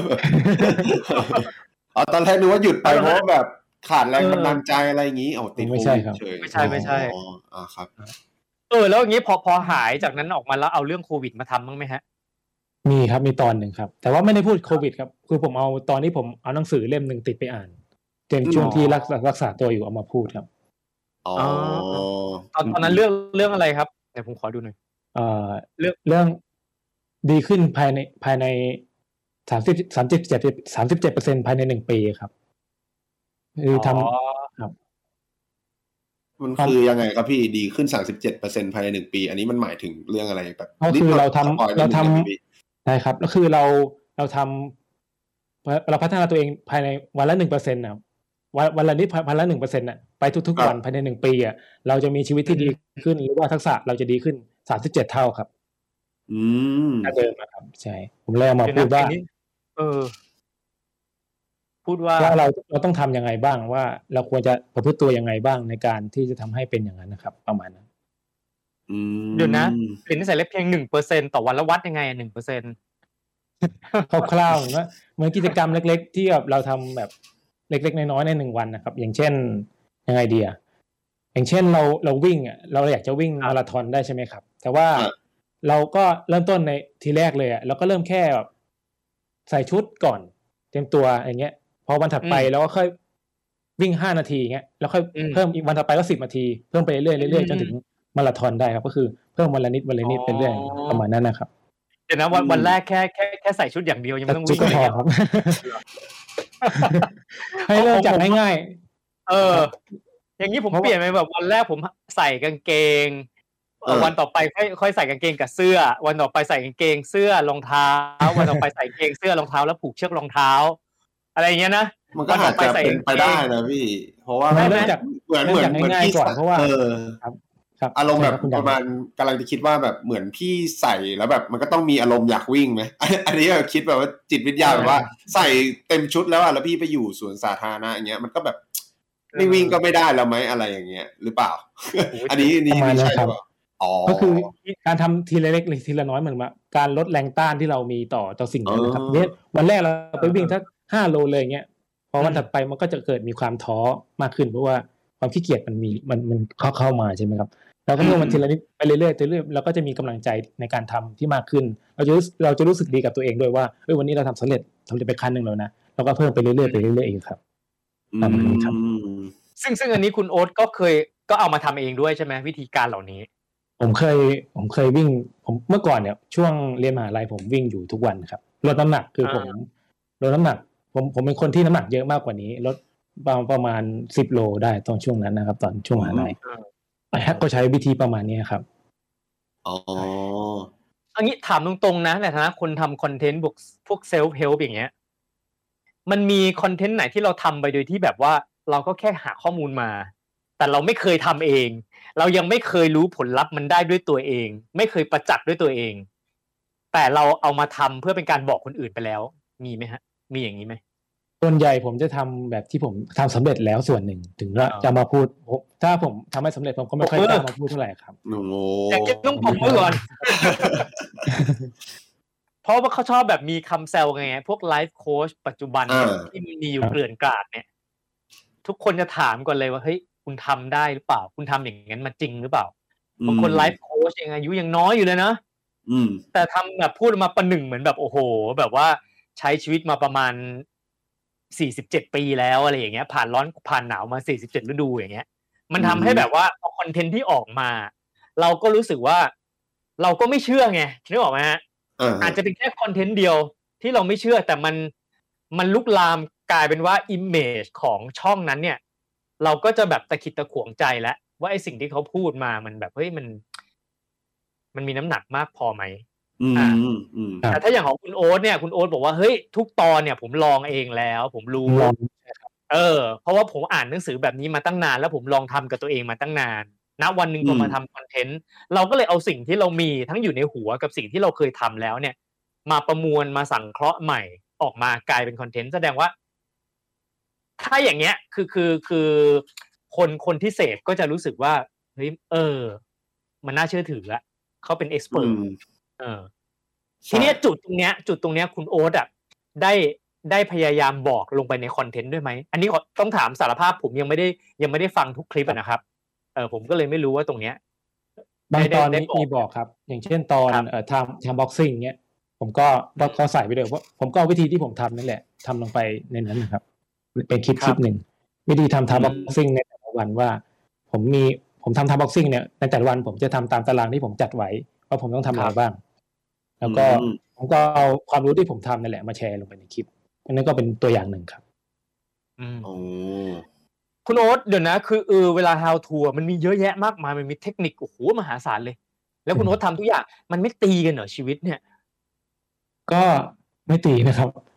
อ๋อตอนแรกนึกว่าหยุดไปเพราะแบบขาดแรงบันดาลใจอะไรอย่างงี้อ๋อติดโควิดเฉยไม่ใช่ไม่ใช่อ๋ออ่าครับเออแล้วอย่างงี้พอพอหายจากนั้นออกมาแล้วเอาเรื่องโควิดมาทำบ้างไหมฮะมีครับมีตอนหนึ่งครับแต่ว่าไม่ได้พูดโควิดครับคือผมเอาตอนนี้ผมเอาหนังสือเล่มหนึ่งติดไปอ่านเต็มช่วงที่รักษารักษาตัวอยู่เอามาพูดครับอ๋อตอนตอนนั้นเรื่องเรื่องอะไรครับเดี๋ยวผมขอดูหน่อยเอ่อเรื่องเรื่องดีขึ้นภายในภายในสามสิบ สามสิบเจ็ด สามสิบเจ็ดเปอร์เซ็นต์ภายในหนึ่งปีครับคือทำครับมันคือยังไงครับพี่ดีขึ้น สามสิบเจ็ดเปอร์เซ็นต์ ภายในหนึ่งปีอันนี้มันหมายถึงเรื่องอะไรแบบก็คือเราทำเราทำใช่ครับก็คือเราเราทำเราพัฒนาตัวเองภายในวันละ หนึ่งเปอร์เซ็นต์ นะครับวันวันละนิดพันละ หนึ่งเปอร์เซ็นต์ น่ะไปทุกๆวันภายในหนึ่งปีอ่ะเราจะมีชีวิตที่ดีขึ้นหรือว่าทักษะเราจะดีขึ้นสามสิบเจ็ดเท่าครับอืมถ้าเดิมนะครับใช่ผมเลยเอามาพูดว่าเออพูดว่าเราเราต้องทำยังไงบ้างว่าเราควรจะประพฤติตัวยังไงบ้างในการที่จะทำให้เป็นอย่างนั้นนะครับประมาณนั้นอืมเดี๋ยวนะเปลี่ยนนิสัยเล็กเพียง หนึ่งเปอร์เซ็นต์ ต่อวันแล้ววัดยังไงอ่ะ หนึ่งเปอร์เซ็นต์คร่าวๆว่าเหมือนกิจกรรมเล็กๆที่แบบเราทำแบบเล็กๆน้อยๆในหนึ่งวันนะครับอย่างเช่นยังไงดีอ่ะอย่างเช่นเราเราวิ่งอ่ะเราอยากจะวิ่งมาราธอนได้ใช่ไหมครับแต่ว่าเราก็เริ่มต้นในทีแรกเลยอ่ะเราก็เริ่มแค่แบบใส่ชุดก่อนเตรียมตัวอย่างเงี้ยพอวันถัดไปเราก็ค่อยวิ่งห้านาทีอย่างเงี้ยแล้วค่อยเพิ่มอีกวันถัดไปก็สิบนาทีเพิ่มไปเรื่อยๆเรื่อยๆจนถึงมาราธอนได้ครับก็คือเพิ่มวันละนิดวันละนิดไปเรื่อยประมาณนั้นนะครับเดี๋ยวนะวันวันแรกแค่แค่แค่ใส่ชุดอย่างเดียวยังไม่ต้องวิ่งเลยครับให้เริ่มจากง่ายๆเอออย่างนี้ผมเปลี่ยนไปแบบวันแรกผมใส่กางเกงวันต่อไปค่อยค่อยใส่กางเกงกับเสื้อวันต่อไปใส่กางเกงเสื้อรองเท้าวันต่อไปใส่กางเกงเสื้อรองเท้าแล้วผูกเชือกรองเท้าอะไรอย่างเงี้ยนะมันก็อาจจะเป็นไปได้นะพี่เพราะว่าเริ่มจากเหมือนเหมือนเหมือนพี่ก่อนเพราะว่าครับอารมณ์แบบประมาณกำลังจะคิดว่าแบบเหมือนพี่ใส่แล้วแบบมันก็ต้องมีอารมณ์อยากวิ่งไหมอันนี้แบบคิดแบบว่าจิตวิทยาแบบว่าใส่เต็มชุดแล้วอ่ะแล้วพี่ไปอยู่สวนสาธารณะอย่างเงี้ยมันก็แบบไม่วิ่งก็ไม่ได้แล้วไหมอะไรอย่างเงี้ยหรือเปล่าอันนี้นี่ไม่ใช่ครับอ๋อก็คือการทำทีละเล็กทีละน้อยเหมือนว่าการลดแรงต้านที่เรามีต่อต่อสิ่งนั้นนะครับเนี่ยวันแรกเราไปวิ่งสักห้าโลเลยอย่างเงี้ยพอวันถัดไปมันก็จะเกิดมีความท้อมากขึ้นเพราะว่าความขี้เกียจมันมีมันมันเข้าเข้ามาใช่ไหมครับเราก็เพิ่มมันทีละนิดไปเรื่อยๆเรื่อยๆเราก็จะมีกำลังใจในการทำที่มากขึ้นเราจะเราจะรู้สึกดีกับตัวเองด้วยว่าเออวันนี้เราทำสำเร็จทำเร็จไปขั้นหนึ่งแล้วนะเราก็เพิ่มไปเรื่อยๆไปเรื่อยๆเองครับประมาณนี้ครับซึ่งซึ่งอันนี้คุณโอ๊ตก็เคยก็เอามาทำเองด้วยใช่ไหมวิธีการเหล่านี้ผมเคยผมเคยวิ่งผมเมื่อก่อนเนี่ยช่วงเรียนมหาลัยผมวิ่งอยู่ทุกวันครับลดน้ำหนักคือผมลดน้ำหนักผมผมเป็นคนที่น้ำหนักเยอะมากกว่านี้ลดประมาณสิบโลได้ตอนช่วงนั้นนะครับตอนช่วงมหาลัยก็ใช้วิธีประมาณนี้ครับอ๋ออันนี้ถามตรงๆนะในฐานะคนทำคอนเทนต์พวกพวกเซลฟ์เฮลป์อย่างเงี้ยมันมีคอนเทนต์ไหนที่เราทำไปโดยที่แบบว่าเราก็แค่หาข้อมูลมาแต่เราไม่เคยทำเองเรายังไม่เคยรู้ผลลัพธ์มันได้ด้วยตัวเองไม่เคยประจักษ์ด้วยตัวเองแต่เราเอามาทำเพื่อเป็นการบอกคนอื่นไปแล้วมีไหมฮะมีอย่างนี้ไหมส่วนใหญ่ผมจะทำแบบที่ผมทำสำเร็จแล้วส่วนหนึ่งถึงว่าจะมาพูดถ้าผมทำให้สำเร็จผมก็ไม่ค่อยกล้ามาพูดเท่าไหร่ครับโอ้โหอยากจะต้องผมก่อนเพราะว่าเขาชอบแบบมีคำแซวไงพวกไลฟ์โค้ชปัจจุบันที่มีอยู่เกลื่อนกลาดเนี่ยทุกคนจะถามก่อนเลยว่าเฮ้ยคุณทำได้หรือเปล่าคุณทำอย่างนั้นมาจริงหรือเปล่าบางคนไลฟ์โค้ชเองอายุยังน้อยอยู่เลยนะแต่ทำแบบพูดมาประหนึ่งเหมือนแบบโอ้โหแบบว่าใช้ชีวิตมาประมาณสี่สิบเจ็ดปีแล้วอะไรอย่างเงี้ยผ่านร้อนผ่านหนาวมาสี่สิบเจ็ดฤดูอย่างเงี้ยมันทำให้แบบว่าพอคอนเทนต์ที่ออกมาเราก็รู้สึกว่าเราก็ไม่เชื่อไงนึกออกไหมฮะอาจจะเป็นแค่คอนเทนต์เดียวที่เราไม่เชื่อแต่มันมันลุกลามกลายเป็นว่าอิมเมจของช่องนั้นเนี่ยเราก็จะแบบตะขิดตะขวงใจแล้วว่าไอ้สิ่งที่เขาพูดมามันแบบเฮ้ยมันมันมีน้ำหนักมากพอไหมอ่าแต่ถ้าอย่างของคุณโอ๊ตเนี่ยคุณโอ๊ตบอกว่าเฮ้ยทุกตอนเนี่ยผมลองเองแล้วผมรู้เออเพราะว่าผมอ่านหนังสือแบบนี้มาตั้งนานแล้วผมลองทำกับตัวเองมาตั้งนานณวันหนึ่งพอมาทำคอนเทนต์เราก็เลยเอาสิ่งที่เรามีทั้งอยู่ในหัวกับสิ่งที่เราเคยทำแล้วเนี่ยมาประมวลมาสังเคราะห์ใหม่ออกมากลายเป็นคอนเทนต์แสดงว่าถ้าอย่างเงี้ยคือคือคือคนคนที่เสพก็จะรู้สึกว่าเฮ้ยเออมันน่าเชื่อถืออะเขาเป็นเอ็กซ์เพิร์ทเออทีนี้จุดตรงเนี้ยจุดตรงเนี้ยคุณโอ๊ตอ่ะได้ได้พยายามบอกลงไปในคอนเทนต์ด้วยไหมอันนี้ต้องถามสารภาพผมยังไม่ได้ยังไม่ได้ฟังทุกคลิปนะครับเออผมก็เลยไม่รู้ว่าตรงเนี้ยบางตอนนี้มีบอกครับอย่างเช่นตอนเอ่อทำทำบ็อกซิ่งเนี้ยผมก็ก็ใส่ไปเลยว่าผมก็เอาวิธีที่ผมทำนั่นแหละทำลงไปในนั้นนะครับเป็นคลิปคลิปหนึ่งวิธีทำทำบ็อกซิ่งในแต่ละวันว่าผมมีผมทำทำบ็อกซิ่งเนี่ยในแต่ละวันผมจะทำตามตารางที่ผมจัดไว้ว่าผมต้องทำอะไรบ้างแล้วก็ผมก็เอาความรู้ที่ผมทำนั่นแหละมาแชร์ลงไปในคลิปอันนั้นก็เป็นตัวอย่างหนึ่งครับอืมคุณโอ๊ตเดี๋ยวนะคือเออเวลา how to มันมีเยอะแยะมากมายมันมีเทคนิคโอ้โหมหาศาลเลยแล้วคุณโอ๊ตทำทุกอย่างมันไม่ตีกันเหรอชีวิตเนี่ยก็ไม่ตีนะครับ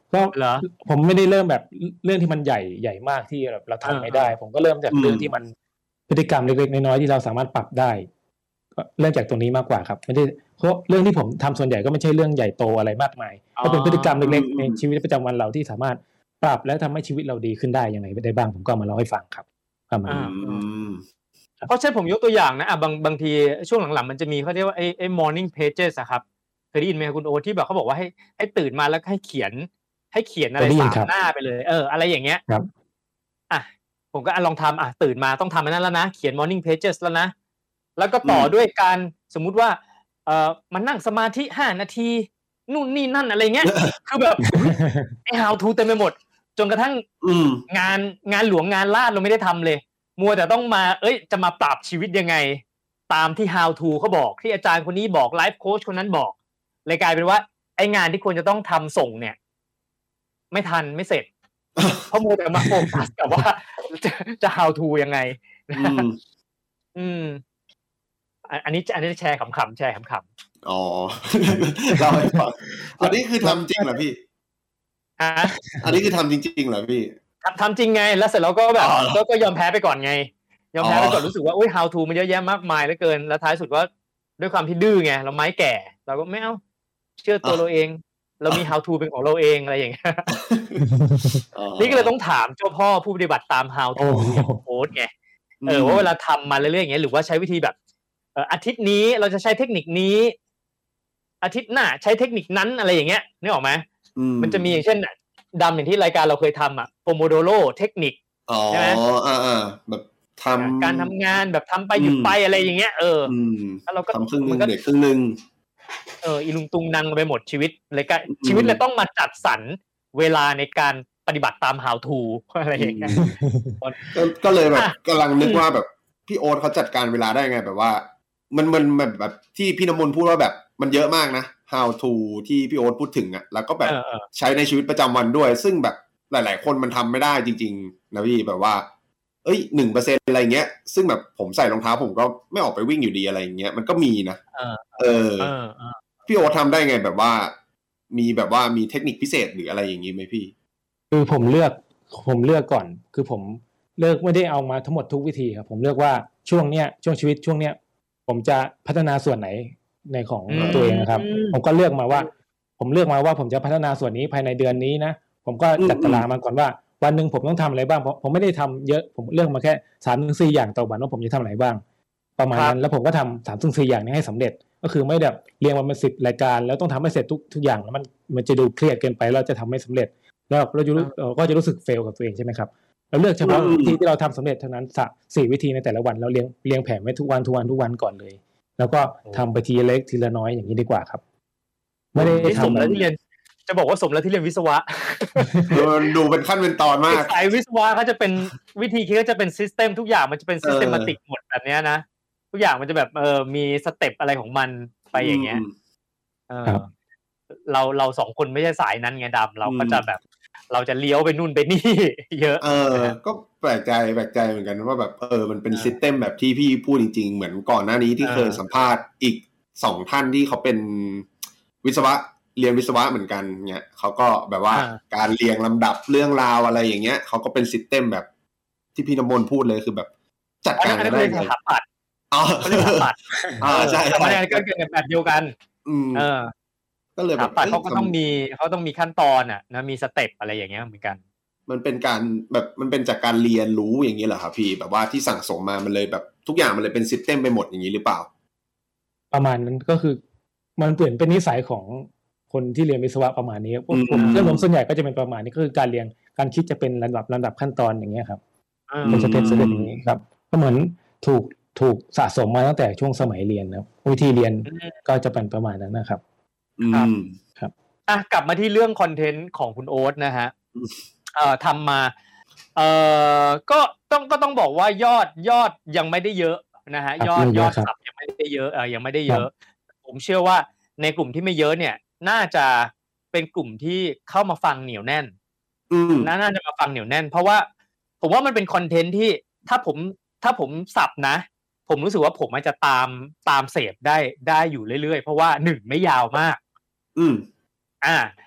ก็ผมไม่ได้เริ่มแบบเรื่องที่มันใหญ่ใหญ่มากที่แบบเราทำไม่ได้ผมก็เริ่มจากเรื่องที่มันพฤติกรรมเล็กๆน้อยๆที่เราสามารถปรับได้ก็เริ่มจากตรงนี้มากกว่าครับไม่ได้เพราะเรื่องที่ผมทำส่วนใหญ่ก็ไม่ใช่เรื่องใหญ่โตอะไรมากมายก็เป็นพฤติกรรมเล็กๆในชีวิตประจำวันเราที่สามารถปรับและทำให้ชีวิตเราดีขึ้นได้ยังไงได้บ้างผมก็มาเล่าให้ฟังครับประมาณนี้เพราะเช่นผมยกตัวอย่างนะอ่ะบางบางทีช่วงหลังๆมันจะมีเขาเรียกว่าไอ้ไอ้ morning pages อะครับเคยได้ยินไหมคุณโอที่แบบเขาบอกว่าให้ให้ตื่นมาแล้วให้เขียนให้เขียนอะไรสามหน้าไปเลยเอออะไรอย่างเงี้ยครับอ่ะผมก็ลองทำอ่ะตื่นมาต้องทำอันนั้นแล้วนะเขียน morning pages แล้วนะแล้วก็ต่อด้วยการสมมุติว่าเอ่อมานั่งสมาธิห้านาทีนู่นนี่นั่นอะไรเงี้ยคือแบบไอ้ how to เต็มไปหมดจนกระทั่งงานงานหลวงงานลาดเราไม่ได้ทำเลยมัวแต่ต้องมาเอ้ยจะมาปรับชีวิตยังไงตามที่ how to เขาบอกที่อาจารย์คนนี้บอกไลฟ์โค้ชคนนั้นบอกเลยกลายเป็นว่าไอ้งานที่ควรจะต้องทำส่งเนี่ยไม่ทันไม่เสร็จเพราะมัวแต่มาโฟกัสกับว่าจะจะ how to ยังไงอืมอันนี้อันนี้แชร์ขำๆแชร์ขำๆอ๋อเราให้ฟังอันนี้คือทำจริงเหรอพี่ฮะอันนี้คือทำจริงๆเหรอพี่ทำทำจริงไงแล้วเสร็จแล้วก็แบบก็ก็ยอมแพ้ไปก่อนไงยอมแพ้ไปก่อนรู้สึกว่าอุ้ย how to มันเยอะแยะมากมายเหลือเกินแล้วท้ายสุดว่าด้วยความที่ดื้อไงเราไม้แก่เราก็ไม่เอาเชื่อตัวเราเองเรามี how to เป็นของเราเองอะไรอย่างเงี้ยนี่ก็เลยต้องถามเจ้าพ่อผู้ปฏิบัติตาม how to โค้ชไงเออว่าเวลาทำมาเรื่อยๆอย่างเงี้ยหรือว่าใช้วิธีแบบเอ่ออาทิตย์นี้เราจะใช้เทคนิคนี้อาทิตย์หน้าใช้เทคนิคนั้นอะไรอย่างเงี้ยนึกออกไหมมันจะมีอย่างเช่นดำอย่างที่รายการเราเคยทำอ่ะโปโมโดโรเทคนิคใช่ไหมอ๋ออ่าๆแบบทำการทำงานแบบทำไปหยุดไปอะไรอย่างเงี้ยเออแล้วเราก็ทำครึ่งนึงเด็กครึ่งนึงเอออีลุงตุงนังไปหมดชีวิตเลยก็ชีวิตเลยต้องมาจัดสรรเวลาในการปฏิบัติตาม how to อะไรอย่างเงี้ยก็เลยแบบกำลังนึกว่าแบบพี่โอ๊ตเขาจัดการเวลาได้ไงแบบว่ามันมันแบบแบบที่พี่น้ำมนต์พูดว่าแบบมันเยอะมากนะ how to ที่พี่โอ๊ตพูดถึงอ่ะแล้วก็แบบใช้ในชีวิตประจำวันด้วยซึ่งแบบหลายๆคนมันทำไม่ได้จริงๆนะพี่แบบว่าเอ้ย หนึ่งเปอร์เซ็นต์ อะไรเงี้ยซึ่งแบบผมใส่รองเท้าผมก็ไม่ออกไปวิ่งอยู่ดีอะไรอย่างเงี้ยมันก็มีนะเออพี่โอ๊ตทำได้ไงแบบว่ามีแบบว่ามีเทคนิคพิเศษหรืออะไรอย่างงี้ไหมพี่คือผมเลือกผมเลือกก่อนคือผมเลือกไม่ได้เอามาทั้งหมดทุกวิธีครับผมเลือกว่าช่วงเนี้ยช่วงชีวิตช่วงเนี้ยผมจะพัฒนาส่วนไหนในของตัวเองนะครับผมก็เลือกมาว่าผมเลือกมาว่าผมจะพัฒนาส่วนนี้ภายในเดือนนี้นะผมก็จัดตารางมาก่อนว่าวันนึงผมต้องทำอะไรบ้างผมไม่ได้ทำเยอะผมเลือกมาแค่ สามถึงสี่ อย่างต่อวันว่าผมจะทำอะไรบ้างประมาณนั้นแล้วผมก็ทำ สามถึงสี่ อย่างนี้ให้สำเร็จก็คือไม่แบบเรียงมาเป็นสิบรายการแล้วต้องทำให้เสร็จทุกทุกอย่างแล้วมันมันจะดูเครียดเกินไปเราจะทำไม่สำเร็จแล้วเราจะรู้เราก็จะรู้สึกเฟลกับตัวเองใช่ไหมครับเราเลือกเฉพาะที่ที่เราทำสำเร็จเท่านั้นสี่วิธีในแต่ละวันเราเรียงเรียงแผนไว้ทุกวันทุกวันทุกวันก่อนเลยแล้วก็ทำไปทีละเล็กทีละน้อยอย่างนี้ดีกว่าครับไม่ได้ทำแล้วที่เรียนจะบอกว่าสมแล้วที่เรียนวิศวะดูเป็นขั้นเป็นตอนมากสายวิศวะเขาจะเป็นวิธีคิดก็จะเป็นซิสเต็มทุกอย่างมันจะเป็นซิสเต็มมาติกหมดแบบนี้นะทุกอย่างมันจะแบบเออมีสเต็ปอะไรของมันไปอย่างเงี้ยเออเราเราสองคนไม่ใช่สายนั้นไงดำเราก็จะแบบเราจะเลี้ยวไปนู่นไปนี่เยอะเออก็แปลกใจแปลกใจเหมือนกันว่าแบบเออมันเป็นซิสเต็มแบบที่พี่พูดจริงๆเหมือนก่อนหน้านี้ที่เคยสัมภาษณ์อีกสองท่านที่เขาเป็นวิศวะเรียนวิศวะเหมือนกันเงี้ยเขาก็แบบว่าการเรียงลำดับเรื่องราวอะไรอย่างเงี้ยเขาก็เป็นซิสเต็มแบบที่พี่น้ำมนต์พูดเลยคือแบบจัดการกันได้เลยสถาปัตย์อ๋อเรื่องสถาปัตย์อ่าใช่ๆแต่มันก็เกิดแบบเดียวกันเออก็เลยแบบเขาก็ต้องมีเขาต้องมีขั้นตอนอ่ะนะมีสเต็ปอะไรอย่างเงี้ยเหมือนกันมันเป็นการแบบมันเป็นจากการเรียนรู้อย่างนี้เหรอครับพี่แบบว่าที่สั่งสมมามันเลยแบบทุกอย่างมันเลยเป็นซิสเต็มไปหมดอย่างนี้หรือเปล่าประมาณนั้นก็คือมันเปลี่ยนเป็นนิสัยของคนที่เรียนวิศวะประมาณนี้ผมเรื่องผมส่วนใหญ่ก็จะเป็นประมาณนี้ก็คือการเรียนการคิดจะเป็นลำดับลำดับขั้นตอนอย่างเงี้ยครับเป็นสเต็ปสเต็ปอย่างนี้ครับก็เหมือนถูกถูกสะสมมาตั้งแต่ช่วงสมัยเรียนนะวิธีเรียนก็จะเป็นประมาณนั้นนะครับครับครับอ่ะกลับมาที่เรื่องคอนเทนต์ของคุณโอ๊ตนะฮะเอ่อทำมาเอ่อก็ต้องก็ต้องบอกว่ายอดยอดยังไม่ได้เยอะนะฮะยอดยอดสับยังไม่ได้เยอะเออยังไม่ได้เยอะผมเชื่อว่าในกลุ่มที่ไม่เยอะเนี่ยน่าจะเป็นกลุ่มที่เข้ามาฟังเหนียวแน่นน่าจะมาฟังเหนียวแน่นเพราะว่าผมว่ามันเป็นคอนเทนต์ที่ถ้าผมถ้าผมสับนะผมรู้สึกว่าผมอาจจะตามตามเสพได้ได้อยู่เรื่อยๆเพราะว่าหนึ่งไม่ยาวมากอืมอ่า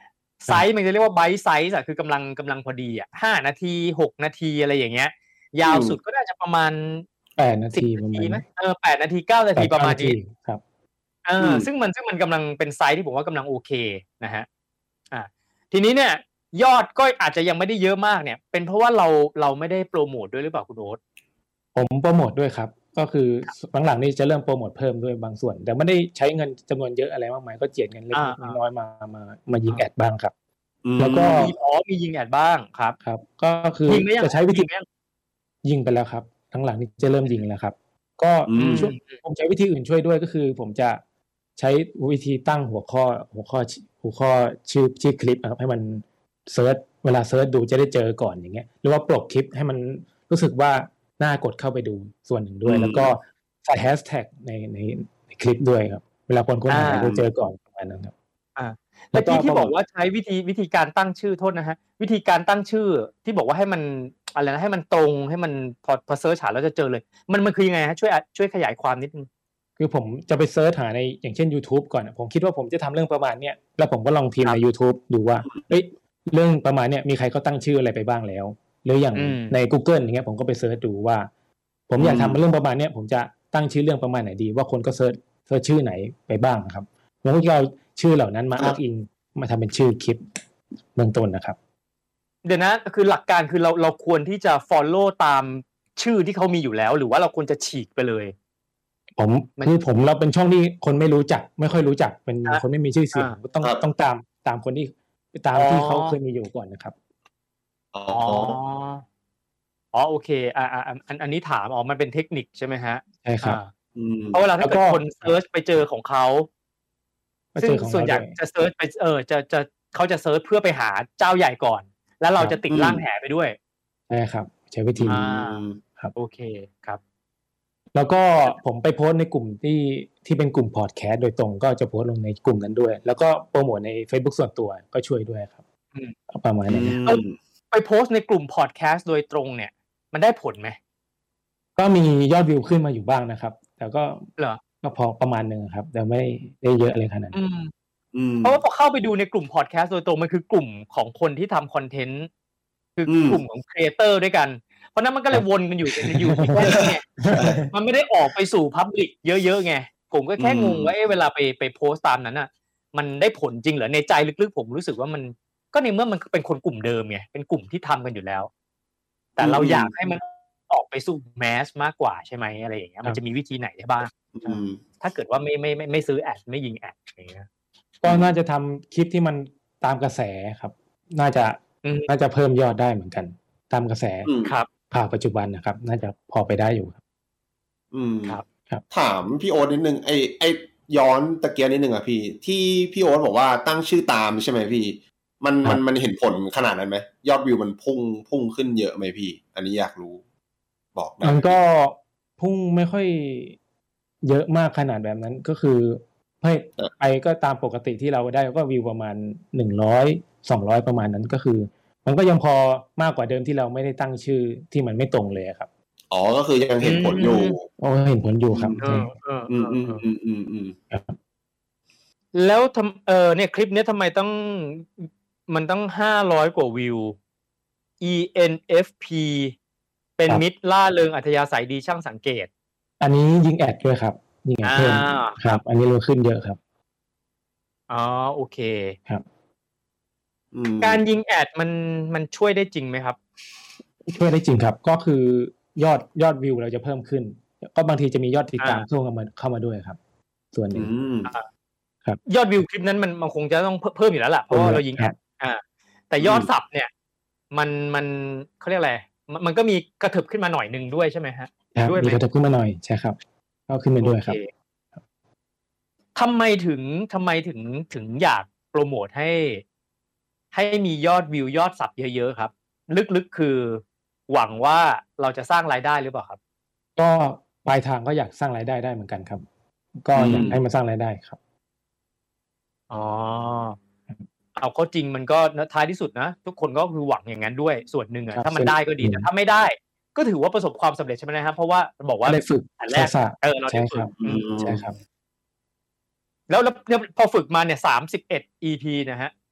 ไซส์มันจะเรียกว่าไบต์ไซส์อ่ะคือกำลังกำลังพอดีอ่ะห้านาทีหกนาทีอะไรอย่างเงี้ยยาวสุดก็น่าจะประมาณแปดนาทีประมาณมั้ยเออแปดนาทีเก้านาทีประมาณนี้ครับเออซึ่งมันซึ่งมันกำลังเป็นไซส์ที่ผมว่ากำลังโอเคนะฮะอ่าทีนี้เนี่ยยอดก็อาจจะยังไม่ได้เยอะมากเนี่ยเป็นเพราะว่าเราเราไม่ได้โปรโมทด้วยหรือเปล่าคุณโอ๊ตผมโปรโมทด้วยครับก็คือหลังๆนี้จะเริ่มโปรโมทเพิ่มด้วยบางส่วนแต่ไม่ได้ใช้เงินจำนวนเยอะอะไรมากมายก็เจียดเงินเล็กน้อยมามามายิงแอดบ้างครับแล้วก็อ๋อมียิงแอดบ้างครับครับก็คือจะใช้วิธียิงไปแล้วครับทั้งหลังนี้จะเริ่มยิงแล้วครับก็ผมใช้วิธีอื่นช่วยด้วยก็คือผมจะใช้วิธีตั้งหัวข้อหัวข้อหัวข้อชื่อชื่อคลิปนะครับให้มันเซิร์ชเวลาเซิร์ชดูจะได้เจอก่อนอย่างเงี้ยหรือว่าปลดคลิปให้มันรู้สึกว่าน่ากดเข้าไปดูส่วนหนึ่งด้วยแล้วก็ใส่แฮชแท็กในในคลิปด้วยครับเวลาคนค้นหาจะเจอก่อนประมาณนั้นครับอ่าแล้วที่ที่บอกว่าใช้วิธีวิธีการตั้งชื่อโทษนะฮะวิธีการตั้งชื่อที่บอกว่าให้มันอะไรนะให้มันตรงให้มันพอพอเสิร์ชหาแล้วจะเจอเลยมันมันคือยังไงฮะช่วยช่วยขยายความนิดนึงคือผมจะไปเสิร์ชหาในอย่างเช่น YouTube ก่อนผมคิดว่าผมจะทำเรื่องประมาณเนี้ยแล้วผมก็ลองพิมพ์ใน YouTube ดูว่าเอ้ยเรื่องประมาณเนี้ยมีใครเขาตั้งชื่ออะไรไปบ้างแล้วหรืออย่างใน Google อย่างเงี้ยผมก็ไปเสิร์ชดูว่าผมอยากทำเรื่องประมาณเนี้ยผมจะตั้งชื่อเรื่องประมาณไหนดีว่าคนก็เสิร์ชเสิร์ชชื่อไหนไปบ้างครับแล้วก็เอาชื่อเหล่านั้นมาอ้างอิงมาทำเป็นชื่อคลิปเบื้องต้นนะครับเดี๋ยวนะคือหลักการคือเราเราควรที่จะ follow ตามชื่อที่เขามีอยู่แล้วหรือว่าเราควรจะฉีกไปเลยผมคือผมเราเป็นช่องที่คนไม่รู้จักไม่ค่อยรู้จักเป็นคนไม่มีชื่อเสียงก็ต้องต้องตามตามคนที่ตามที่เขาเคยมีอยู่ก่อนนะครับอ๋ออ๋อโอเคอ่าอ่าอันอันนี้ถามอ๋อมันเป็นเทคนิคใช่ไหมฮะใช่ครับเพราะเวลาถ้าเกิดคนเซิร์ชไปเจอของเขาซึ่งส่วนใหญ่จะเซิร์ชไปเออจะจะเขาจะเซิร์ชเพื่อไปหาเจ้าใหญ่ก่อนแล้วเราจะติดร่างแหไปด้วยใช่ครับใช้วิธีนี้ครับโอเคครับแล้วก็ผมไปโพสต์ในกลุ่มที่ที่เป็นกลุ่มพอดแคสต์โดยตรงก็จะโพสต์ลงในกลุ่มนั้นด้วยแล้วก็โปรโมทใน Facebook ส่วนตัวก็ช่วยด้วยครับประมาณนี้ไปโพสต์ในกลุ่มพอดแคสต์โดยตรงเนี่ยมันได้ผลไหมก็มียอดวิวขึ้นมาอยู่บ้างนะครับแต่ก็เหรอก็พอประมาณนึงครับแต่ไม่ได้เยอะอะไรขนาดนั้นเพราะว่าพอเข้าไปดูในกลุ่มพอดแคสต์โดยตรงมันคือกลุ่มของคนที่ทำคอนเทนต์คือกลุ่มของครีเอเตอร์ด้วยกันเพราะนั้นมันก็เลยวนกันอยู่อยู่ที่แค่นี้ไงมันไม่ได้ออกไปสู่พับลิกเยอะๆไงผมก็แค่งงว่าเอ๊ะเวลาไปไปโพสต์ตามนั้นน่ะมันได้ผลจริงเหรอในใจลึกๆผมรู้สึกว่ามันก็ในเมื่อมันเป็นคนกลุ่มเดิมไงเป็นกลุ่มที่ทำกันอยู่แล้วแต่เราอยากให้มันออกไปสู่แมสมากกว่าใช่ไหมอะไรอย่างเงี้ยมันจะมีวิธีไหนได้บ้างถ้าเกิดว่าไม่ไม่ไม่ไม่ซื้อแอดไม่ยิงแอดอย่างเงี้ยก็น่าจะทำคลิปที่มันตามกระแสครับน่าจะน่าจะเพิ่มยอดได้เหมือนกันตามกระแสครับข่าวปัจจุบันนะครับน่าจะพอไปได้อยู่ครับอืมครับครับถามพี่โอ๊ตนิดนึงไอ้ไอ้ย้อนตะเกียบนิดนึงอ่ะพี่ที่พี่โอ๊ตบอกว่าตั้งชื่อตามใช่ไหมพี่มันมันมันเห็นผลขนาดนั้นไหมยอดวิวมันพุ่งพุ่งขึ้นเยอะไหมพี่อันนี้อยากรู้บอกได้มันก็พุ่งไม่ค่อยเยอะมากขนาดแบบนั้นก็คือให้ไปก็ตามปกติที่เราได้ก็วิวประมาณหนึ่งร้อย สองร้อยประมาณนั้นก็คือมันก็ยังพอมากกว่าเดิมที่เราไม่ได้ตั้งชื่อที่มันไม่ตรงเลยครับอ๋อก็คือยังเห็นผลอยู่อ๋อเห็นผลอยู่ครับอืมอืมอืมอืมอืมแล้วทำเออเนี่ยคลิปนี้ทำไมต้องมันต้องห้าร้อยกว่าวิว อี เอ็น เอฟ พี เป็นมิตรล่าเริงอัธยาศัยดีช่างสังเกตอันนี้ยิงแอดด้วยครับยิงแอดเพิ่มครับอันนี้เราขึ้นเยอะครับอ๋อโอเคครับการยิงแอดมันมันช่วยได้จริงไหมครับช่วยได้จริงครับก็คือยอดยอดวิวเราจะเพิ่มขึ้นก็บางทีจะมียอดติดตามเข้ามาเข้ามาด้วยครับส่วนหนึ่งครับยอดวิวคลิปนั้นมันมันคงจะต้องเพิ่มอยู่แล้วล่ะเพราะว่าเรายิงแอดอ่าแต่ยอดซับเนี่ยมันมันเขาเรียกอะไรมันก็มีกระเถิบขึ้นมาหน่อยนึงด้วยใช่ไหมฮะด้วยมีกระเถิบขึ้นมาหน่อยใช่ครับก็ขึ้นไปด้วยครับทำไมถึงทำไมถึงถึงอยากโปรโมทให้ให้มียอดวิวยอดซับเยอะๆครับลึกๆคือหวังว่าเราจะสร้างรายได้หรือเปล่าครับก็ปลายทางก็อยากสร้างรายได้ได้เหมือนกันครับก็อยากให้มันสร้างรายได้ครับอ๋อเอาเข้าจริงมันก็ท้ายที่สุดนะทุกคนก็คือหวังอย่างนั้นด้วยส่วนหนึ่งอ่ะถ้ามันได้ก็ดีแต่ถ้าไม่ได้ก็ถือว่าประสบความสำเร็จใช่ไหมนะครับเพราะว่าบอกว่าได้ฝึกอันแรกเออเราได้ฝึกใช่ครับแล้วแล้วพอฝึกมาเนี่ยสามสิบเอ็ด อี พี นะฮะ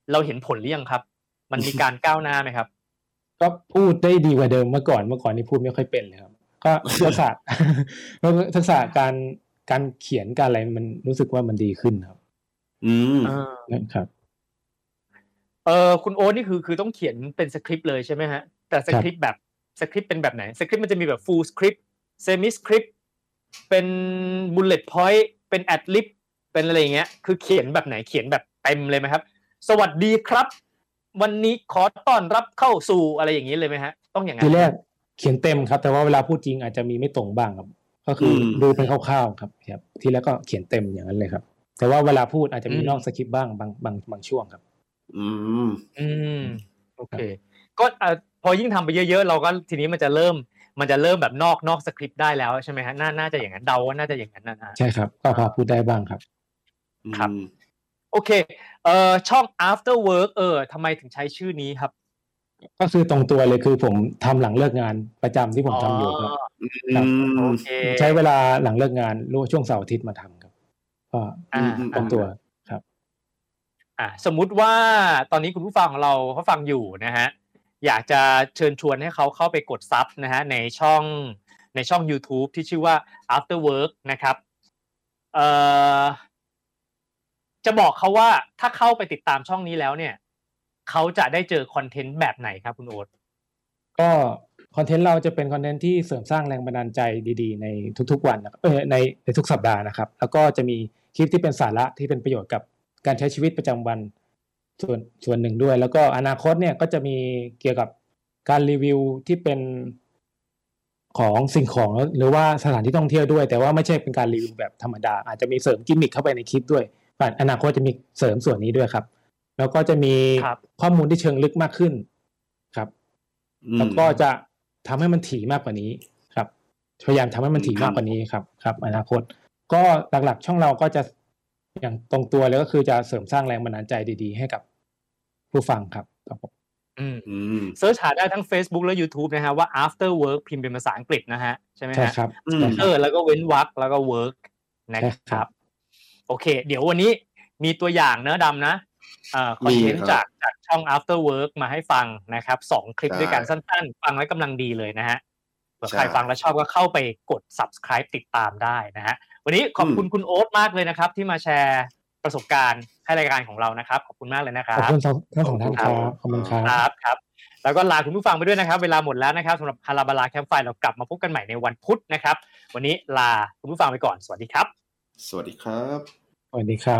เราเห็นผลหรือยังครับมันมีการก้าวหน้าไหมครับก็พูดได้ดีกว่าเดิมเมื่อก่อนเมื่อก่อนนี่พูดไม่ค่อยเป็นเลยครับก็ทักษะแล้วทักษะการการเขียนการอะไรมันรู้สึกว่ามันดีขึ้นครับอืมนะครับเออคุณโอ๊ตนี่คือคือต้องเขียนเป็นสคริปต์เลยใช่ไหมฮะแต่สคริปต์แบบสคริปต์เป็นแบบไหนสคริปต์มันจะมีแบบ full script semi script เป็น bullet point เป็น ad lib เป็นอะไรอย่างเงี้ยคือเขียนแบบไหนเขียนแบบเต็มเลยไหมครับสวัสดีครับวันนี้ขอต้อนรับเข้าสู่อะไรอย่างนี้เลยไหมฮะต้องอย่างนั้นทีแรกเขียนเต็มครับแต่ว่าเวลาพูดจริงอาจจะมีไม่ตรงบ้างครับก็คือดูเป็นคร่าวๆครับครับทีแรกก็เขียนเต็มอย่างนั้นเลยครับแต่ว่าเวลาพูดอาจจะมีนอกสคริปต์บ้างบางบางบางช่วงครับอืมอืมโอเคก็พอยิ่งทำไปเยอะๆเราก็ทีนี้มันจะเริ่มมันจะเริ่มแบบนอกนอกสคริปต์ได้แล้วใช่ไหมฮะน่าน่าจะอย่างนั้นเดาว่าน่าจะอย่างนั้นนะใช่ครับก็พอพูดได้บ้างครับครับโอเคเอ่อช่อง after work เออทำไมถึงใช้ชื่อนี้ครับก็คือตรงตัวเลยคือผมทำหลังเลิกงานประจำที่ผมทำอยู่ครับโอเคใช้เวลาหลังเลิกงานหรือช่วงเสาร์อาทิตย์มาทำครับก็ตรงตัวครับอ่าสมมุติว่าตอนนี้คุณผู้ฟังของเราเขาฟังอยู่นะฮะอยากจะเชิญชวนให้เขาเข้าไปกดซับนะฮะในช่องในช่อง YouTube ที่ชื่อว่า after work นะครับเอ่อจะบอกเขาว่าถ้าเข้าไปติดตามช่องนี้แล้วเนี่ยเขาจะได้เจอคอนเทนต์แบบไหนครับคุณโอ๊ตก็คอนเทนต์เราจะเป็นคอนเทนต์ที่เสริมสร้างแรงบันดาลใจดีๆในทุกๆวันเออในในทุกสัปดาห์นะครับแล้วก็จะมีคลิปที่เป็นสาระที่เป็นประโยชน์กับการใช้ชีวิตประจำวันส่วนส่วนหนึ่งด้วยแล้วก็อนาคตเนี่ยก็จะมีเกี่ยวกับการรีวิวที่เป็นของสิ่งของหรือว่าสถานที่ท่องเที่ยวด้วยแต่ว่าไม่ใช่เป็นการรีวิวแบบธรรมดาอาจจะมีเสริมกิมมิคเข้าไปในคลิปด้วยอนาคตจะมีเสริมส่วนนี้ด้วยครับแล้วก็จะมีข้อมูลที่เชิงลึกมากขึ้นครับแล้วก็จะทำให้มันถี่มากกว่านี้ครับพยายามทำให้มันถี่มากกว่านี้ครับครับอนาคตก็หลักๆช่องเราก็จะอย่างตรงตัวเลยก็คือจะเสริมสร้างแรงบันดาลใจดีๆให้กับผู้ฟังครับครับผมอืมเสิร์ชหาได้ทั้ง Facebook และ YouTube นะฮะว่า after work พิมพ์เป็นภาษาอังกฤษนะฮะใช่ไหมฮะใช่ครับเออแล้วก็เว้นวรรคแล้วก็ work นะครับโอเคเดี๋ยววันนี้มีตัวอย่างเนื้อดำนะเอ่อคอนเทนต์จากจากช่อง after work มาให้ฟังนะครับสองคลิปด้วยกันสั้นๆฟังแล้วกำลังดีเลยนะฮะเผื่อใครฟังแล้วชอบก็เข้าไปกด Subscribe ติดตามได้นะฮะวันนี้ขอบคุณคุณโอ๊ตมากเลยนะครับที่มาแชร์ประสบการณ์ให้รายการของเรานะครับขอบคุณมากเลยนะครับขอบคุณทั้งสองท่านครับขอบคุณครับครับแล้วก็ลาคุณผู้ฟังไปด้วยนะครับเวลาหมดแล้วนะครับสำหรับฮาราบาลาแคมป์ไฟเรากลับมาพบกันใหม่ในวันพุธนะครับวันนี้ลาคุณผู้ฟังไปก่อนสวัสดีครับสวัสดีครับสวัสดีครับ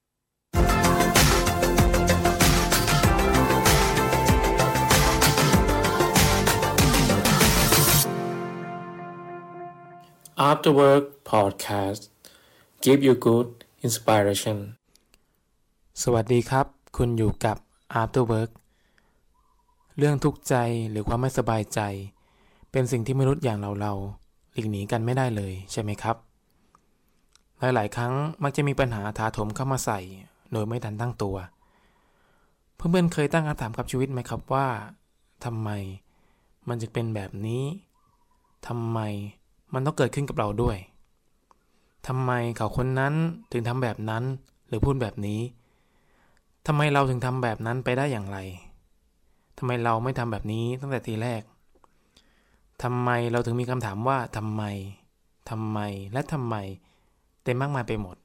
After Work Podcast Give you good inspiration สวัสดีครับคุณอยู่กับ After Work เรื่องทุกข์ใจหรือความไม่สบายใจเป็นสิ่งที่มนุษย์อย่างเราเราหลีกหนีกันไม่ได้เลยใช่ไหมครับหลายๆครั้งมักจะมีปัญหาถาโถมเข้ามาใส่โดยไม่ทันตั้งตัวเพื่อนๆเคยตั้งคำถามกับชีวิตไหมครับว่าทำไมมันจะเป็นแบบนี้ทำไมมันต้องเกิดขึ้นกับเราด้วยทำไมเขาคนนั้นถึงทำแบบนั้นหรือพูดแบบนี้ทำไมเราถึงทำแบบนั้นไปได้อย่างไรทำไมเราไม่ทำแบบนี้ตั้งแต่ทีแรกทำไมเราถึงมีคำถามว่าทำไมทำไมและทำไมเต็มมากมายไปหมด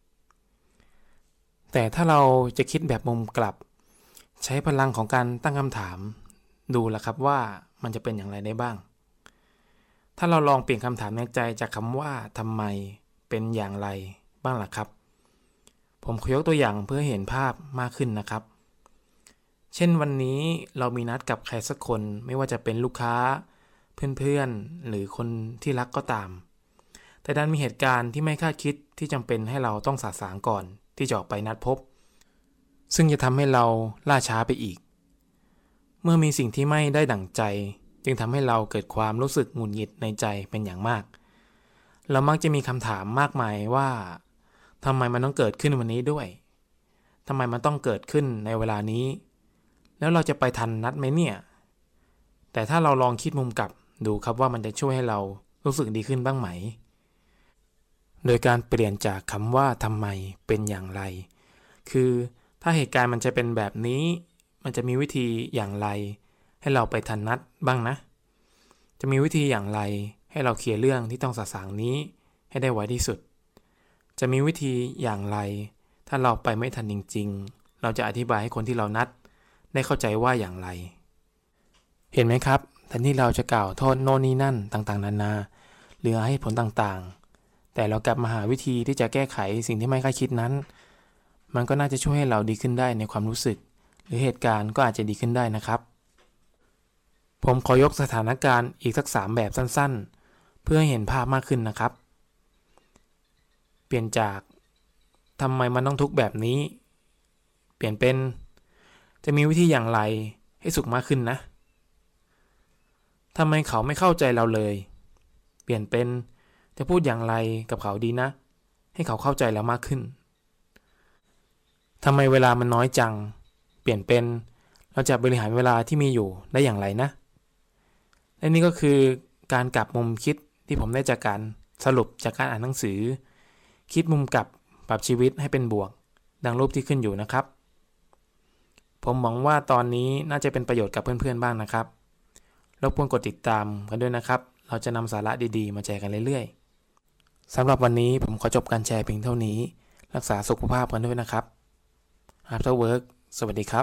แต่ถ้าเราจะคิดแบบมุมกลับใช้พลังของการตั้งคำถามดูล่ะครับว่ามันจะเป็นอย่างไรได้บ้างถ้าเราลองเปลี่ยนคำถามในใจจากคำว่าทำไมเป็นอย่างไรบ้างล่ะครับผมขอยกตัวอย่างเพื่อเห็นภาพมากขึ้นนะครับเช่นวันนี้เรามีนัดกับใครสักคนไม่ว่าจะเป็นลูกค้าเพื่อนๆหรือคนที่รักก็ตามแต่ดันมีเหตุการณ์ที่ไม่คาดคิดที่จำเป็นให้เราต้องสะสางก่อนที่จะออกไปนัดพบซึ่งจะทำให้เราล่าช้าไปอีกเมื่อมีสิ่งที่ไม่ได้ดั่งใจจึงทำให้เราเกิดความรู้สึกหงุดหงิดในใจเป็นอย่างมากเรามักจะมีคำถามมากมายว่าทำไมมันต้องเกิดขึ้นวันนี้ด้วยทำไมมันต้องเกิดขึ้นในเวลานี้แล้วเราจะไปทันนัดไหมเนี่ยแต่ถ้าเราลองคิดมุมกลับดูครับว่ามันจะช่วยให้เรารู้สึกดีขึ้นบ้างไหมโดยการเปลี่ยนจากคำว่าทำไมเป็นอย่างไรคือทถ้าเหตุการณ์มันจะเป็นแบบนี้มันจะมีวิธีอย่างไรให้เราไปทันนัดบ้างนะจะมีวิธีอย่างไรให้เราเคลียร์เรื่องที่ต้องสะสางนี้ให้ได้ไวที่สุดจะมีวิธีอย่างไรถ้าเราไปไม่ทันจริงๆเราจะอธิบายให้คนที่เรานัดได้เข้าใจว่าอย่างไรเห็นไหมครับแทนที่เราจะกล่าวโทษโน่นนี่นั่นต่างๆนานาหรือให้ผลต่างๆแต่เรากลับมาหาวิธีที่จะแก้ไขสิ่งที่ไม่คาดคิดนั้นมันก็น่าจะช่วยให้เราดีขึ้นได้ในความรู้สึกหรือเหตุการณ์ก็อาจจะดีขึ้นได้นะครับผมขอยกสถานการณ์อีกสักสามแบบสั้นๆเพื่อให้เห็นภาพมากขึ้นนะครับเปลี่ยนจากทำไมมันต้องทุกข์แบบนี้เปลี่ยนเป็นจะมีวิธีอย่างไรให้สุขมากขึ้นนะทำไมเขาไม่เข้าใจเราเลยเปลี่ยนเป็นจะพูดอย่างไรกับเขาดีนะให้เขาเข้าใจเรามากขึ้นทำไมเวลามันน้อยจังเปลี่ยนเป็นเราจะบริหารเวลาที่มีอยู่ได้อย่างไรนะและนี่ก็คือการกลับมุมคิดที่ผมได้จากการสรุปจากการอ่านหนังสือคิดมุมกลับปรับชีวิตให้เป็นบวกดังรูปที่ขึ้นอยู่นะครับผมหวังว่าตอนนี้น่าจะเป็นประโยชน์กับเพื่อนๆบ้างนะครับรบกวนกดติดตามกันด้วยนะครับเราจะนำสาระดีๆมาแชร์กันเรื่อยๆสำหรับวันนี้ผมขอจบการแชร์เพียงเท่านี้รักษาสุขภาพกันด้วยนะครับ After Work สวัสดีครับ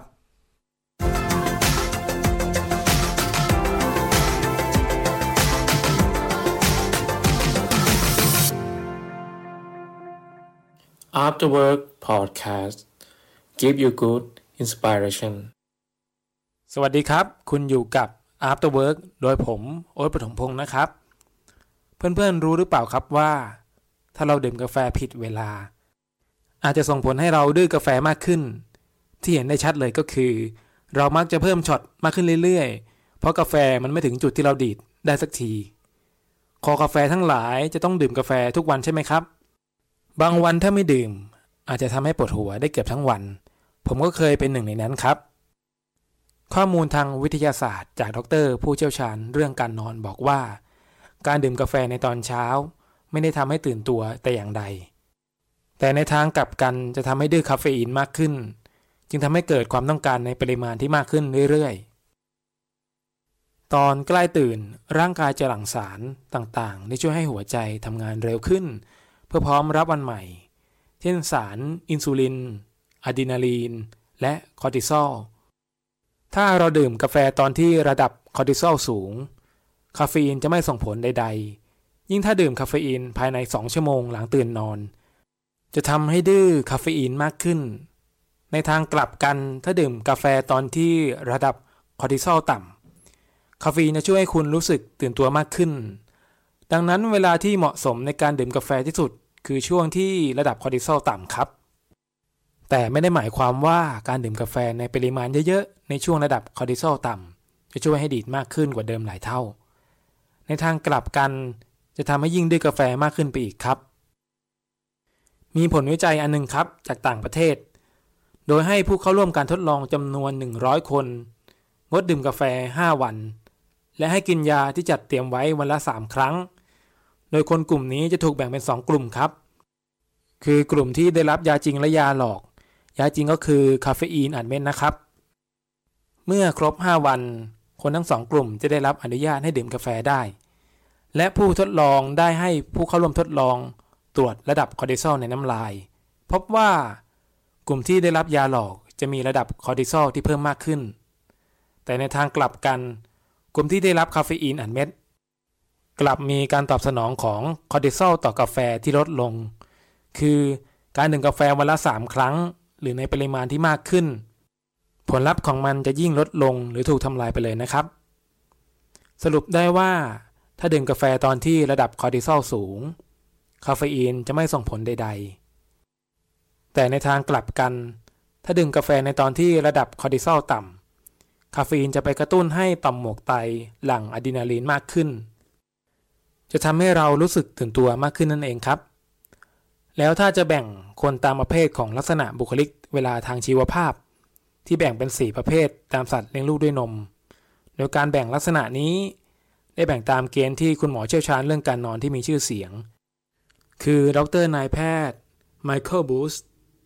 After Work Podcast Give you good inspiration สวัสดีครับคุณอยู่กับ After Work โดยผมโอ๊ตปฐมพงศ์นะครับเพื่อนๆรู้หรือเปล่าครับว่าถ้าเราดื่มกาแฟผิดเวลาอาจจะส่งผลให้เราดื้อกาแฟมากขึ้นที่เห็นได้ชัดเลยก็คือเรามักจะเพิ่มช็อตมากขึ้นเรื่อยๆเพราะกาแฟมันไม่ถึงจุดที่เราดีดได้สักทีคอกาแฟทั้งหลายจะต้องดื่มกาแฟทุกวันใช่ไหมครับบางวันถ้าไม่ดื่มอาจจะทำให้ปวดหัวได้เกือบทั้งวันผมก็เคยเป็นหนึ่งในนั้นครับข้อมูลทางวิทยาศาสตร์จากดร.ผู้เชี่ยวชาญเรื่องการนอนบอกว่าการดื่มกาแฟในตอนเช้าไม่ได้ทำให้ตื่นตัวแต่อย่างใดแต่ในทางกลับกันจะทำให้ดื้อคาเฟอีนมากขึ้นจึงทำให้เกิดความต้องการในปริมาณที่มากขึ้นเรื่อยๆตอนใกล้ตื่นร่างกายจะหลั่งสารต่างๆที่ช่วยให้หัวใจทำงานเร็วขึ้นเพื่อพร้อมรับวันใหม่เช่นสารอินซูลินอะดรีนาลีนและคอร์ติซอลถ้าเราดื่มกาแฟตอนที่ระดับคอร์ติซอลสูงคาเฟอีนจะไม่ส่งผลใดๆยิ่งถ้าดื่มคาเฟอีนภายในสองชั่วโมงหลังตื่นนอนจะทำให้ดื้อคาเฟอีนมากขึ้นในทางกลับกันถ้าดื่มกาแฟตอนที่ระดับคอร์ติซอลต่ำคาเฟอีนจะช่วยให้คุณรู้สึกตื่นตัวมากขึ้นดังนั้นเวลาที่เหมาะสมในการดื่มกาแฟที่สุดคือช่วงที่ระดับคอร์ติซอลต่ำครับแต่ไม่ได้หมายความว่าการดื่มกาแฟในปริมาณเยอะๆในช่วงระดับคอร์ติซอลต่ำจะช่วยให้ดีดมากขึ้นกว่าเดิมหลายเท่าในทางกลับกันจะทำให้ยิ่งดื้อกาแฟมากขึ้นไปอีกครับมีผลวิจัยอันนึงครับจากต่างประเทศโดยให้ผู้เข้าร่วมการทดลองจำนวนหนึ่งร้อยคนงดดื่มกาแฟห้าวันและให้กินยาที่จัดเตรียมไว้วันละสามครั้งโดยคนกลุ่มนี้จะถูกแบ่งเป็นสองกลุ่มครับคือกลุ่มที่ได้รับยาจริงและยาหลอกยาจริงก็คือคาเฟอีนอัดเม็ดนะครับเมื่อครบห้าวันคนทั้งสองกลุ่มจะได้รับอนุญาตให้ดื่มกาแฟได้และผู้ทดลองได้ให้ผู้เข้าร่วมทดลองตรวจระดับคอร์ติซอลในน้ำลายพบว่ากลุ่มที่ได้รับยาหลอกจะมีระดับคอร์ติซอลที่เพิ่มมากขึ้นแต่ในทางกลับกันกลุ่มที่ได้รับคาเฟอีนอัดเม็ดกลับมีการตอบสนองของคอร์ติซอลต่อกาแฟที่ลดลงคือการดื่มกาแฟวันละสามครั้งหรือในปริมาณที่มากขึ้นผลลัพธ์ของมันจะยิ่งลดลงหรือถูกทำลายไปเลยนะครับสรุปได้ว่าถ้าดื่มกาแฟตอนที่ระดับคอร์ติซอลสูงคาเฟอีนจะไม่ส่งผลใดๆแต่ในทางกลับกันถ้าดื่มกาแฟในตอนที่ระดับคอร์ติซอลต่ำคาเฟอีนจะไปกระตุ้นให้ต่อมหมวกไตหลั่งอะดรีนาลีนมากขึ้นจะทำให้เรารู้สึกตื่นตัวมากขึ้นนั่นเองครับแล้วถ้าจะแบ่งคนตามประเภทของลักษณะบุคลิกเวลาทางชีวภาพที่แบ่งเป็นสี่ประเภทตามสัตว์เลี้ยงลูกด้วยนมโดยการแบ่งลักษณะนี้ได้แบ่งตามเกณฑ์ที่คุณหมอเชี่ยวชาญเรื่องการนอนที่มีชื่อเสียงคือดร.นายแพทย์ไมเคิลบูส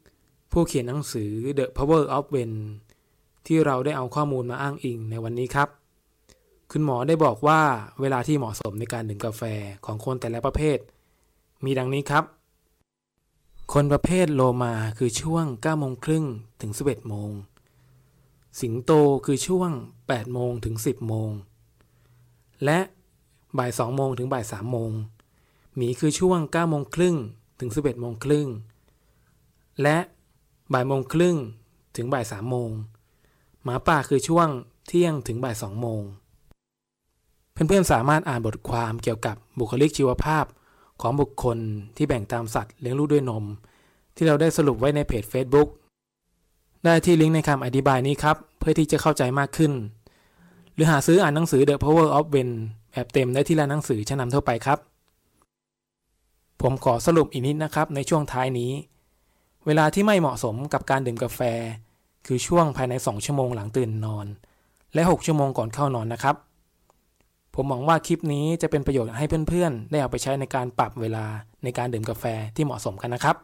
ผู้เขียนหนังสือ The Power of When ที่เราได้เอาข้อมูลมาอ้างอิงในวันนี้ครับคุณหมอได้บอกว่าเวลาที่เหมาะสมในการดื่มกาแฟของคนแต่ละประเภทมีดังนี้ครับคนประเภทโลมาคือช่วง เก้าโมงครึ่ง ถึง สิบเอ็ดโมงสิงโตคือช่วง แปดโมง ถึง สิบโมงและบ่าย สองโมง ถึงบ่าย สามโมงหมีคือช่วง เก้าโมงครึ่ง ถึง สิบเอ็ดโมงครึ่งและบ่ายโมงครึ่ง ถึงบ่าย สามโมงหมาป่าคือช่วงเที่ยงถึงบ่าย สองโมงเพื่อนๆสามารถอ่านบทความเกี่ยวกับบุคลิกชีวภาพของบุคคลที่แบ่งตามสัตว์เลี้ยงลูกด้วยนมที่เราได้สรุปไว้ในเพจ Facebook ได้ที่ลิงก์ในคำอธิบายนี้ครับเพื่อที่จะเข้าใจมากขึ้นหรือหาซื้ออ่านหนังสือ The Power of When แบบเต็มได้ที่ร้านหนังสือชั้นนำทั่วไปครับผมขอสรุปอีกนิดนะครับในช่วงท้ายนี้เวลาที่ไม่เหมาะสมกับการดื่มกาแฟคือช่วงภายในสองชั่วโมงหลังตื่นนอนและหกชั่วโมงก่อนเข้านอนนะครับผมหวังว่าคลิปนี้จะเป็นประโยชน์ให้เพื่อนๆได้เอาไปใช้ในการปรับเวลาในการดื่มกาแฟที่เหมาะสมกันนะครับ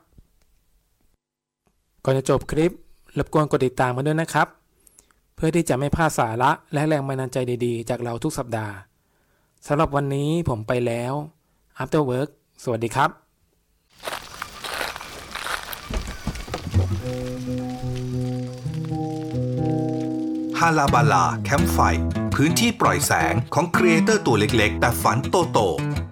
ก่อนจะจบคลิปรบกวนกดติดตามกันด้วยนะครับเพื่อที่จะไม่พลาดสาระและแรงบันดาลใจดีๆจากเราทุกสัปดาห์สำหรับวันนี้ผมไปแล้ว After Work สวัสดีครับฮาลาบาลาแคมป์ไฟพื้นที่ปล่อยแสงของครีเอเตอร์ตัวเล็กๆแต่ฝันโตๆ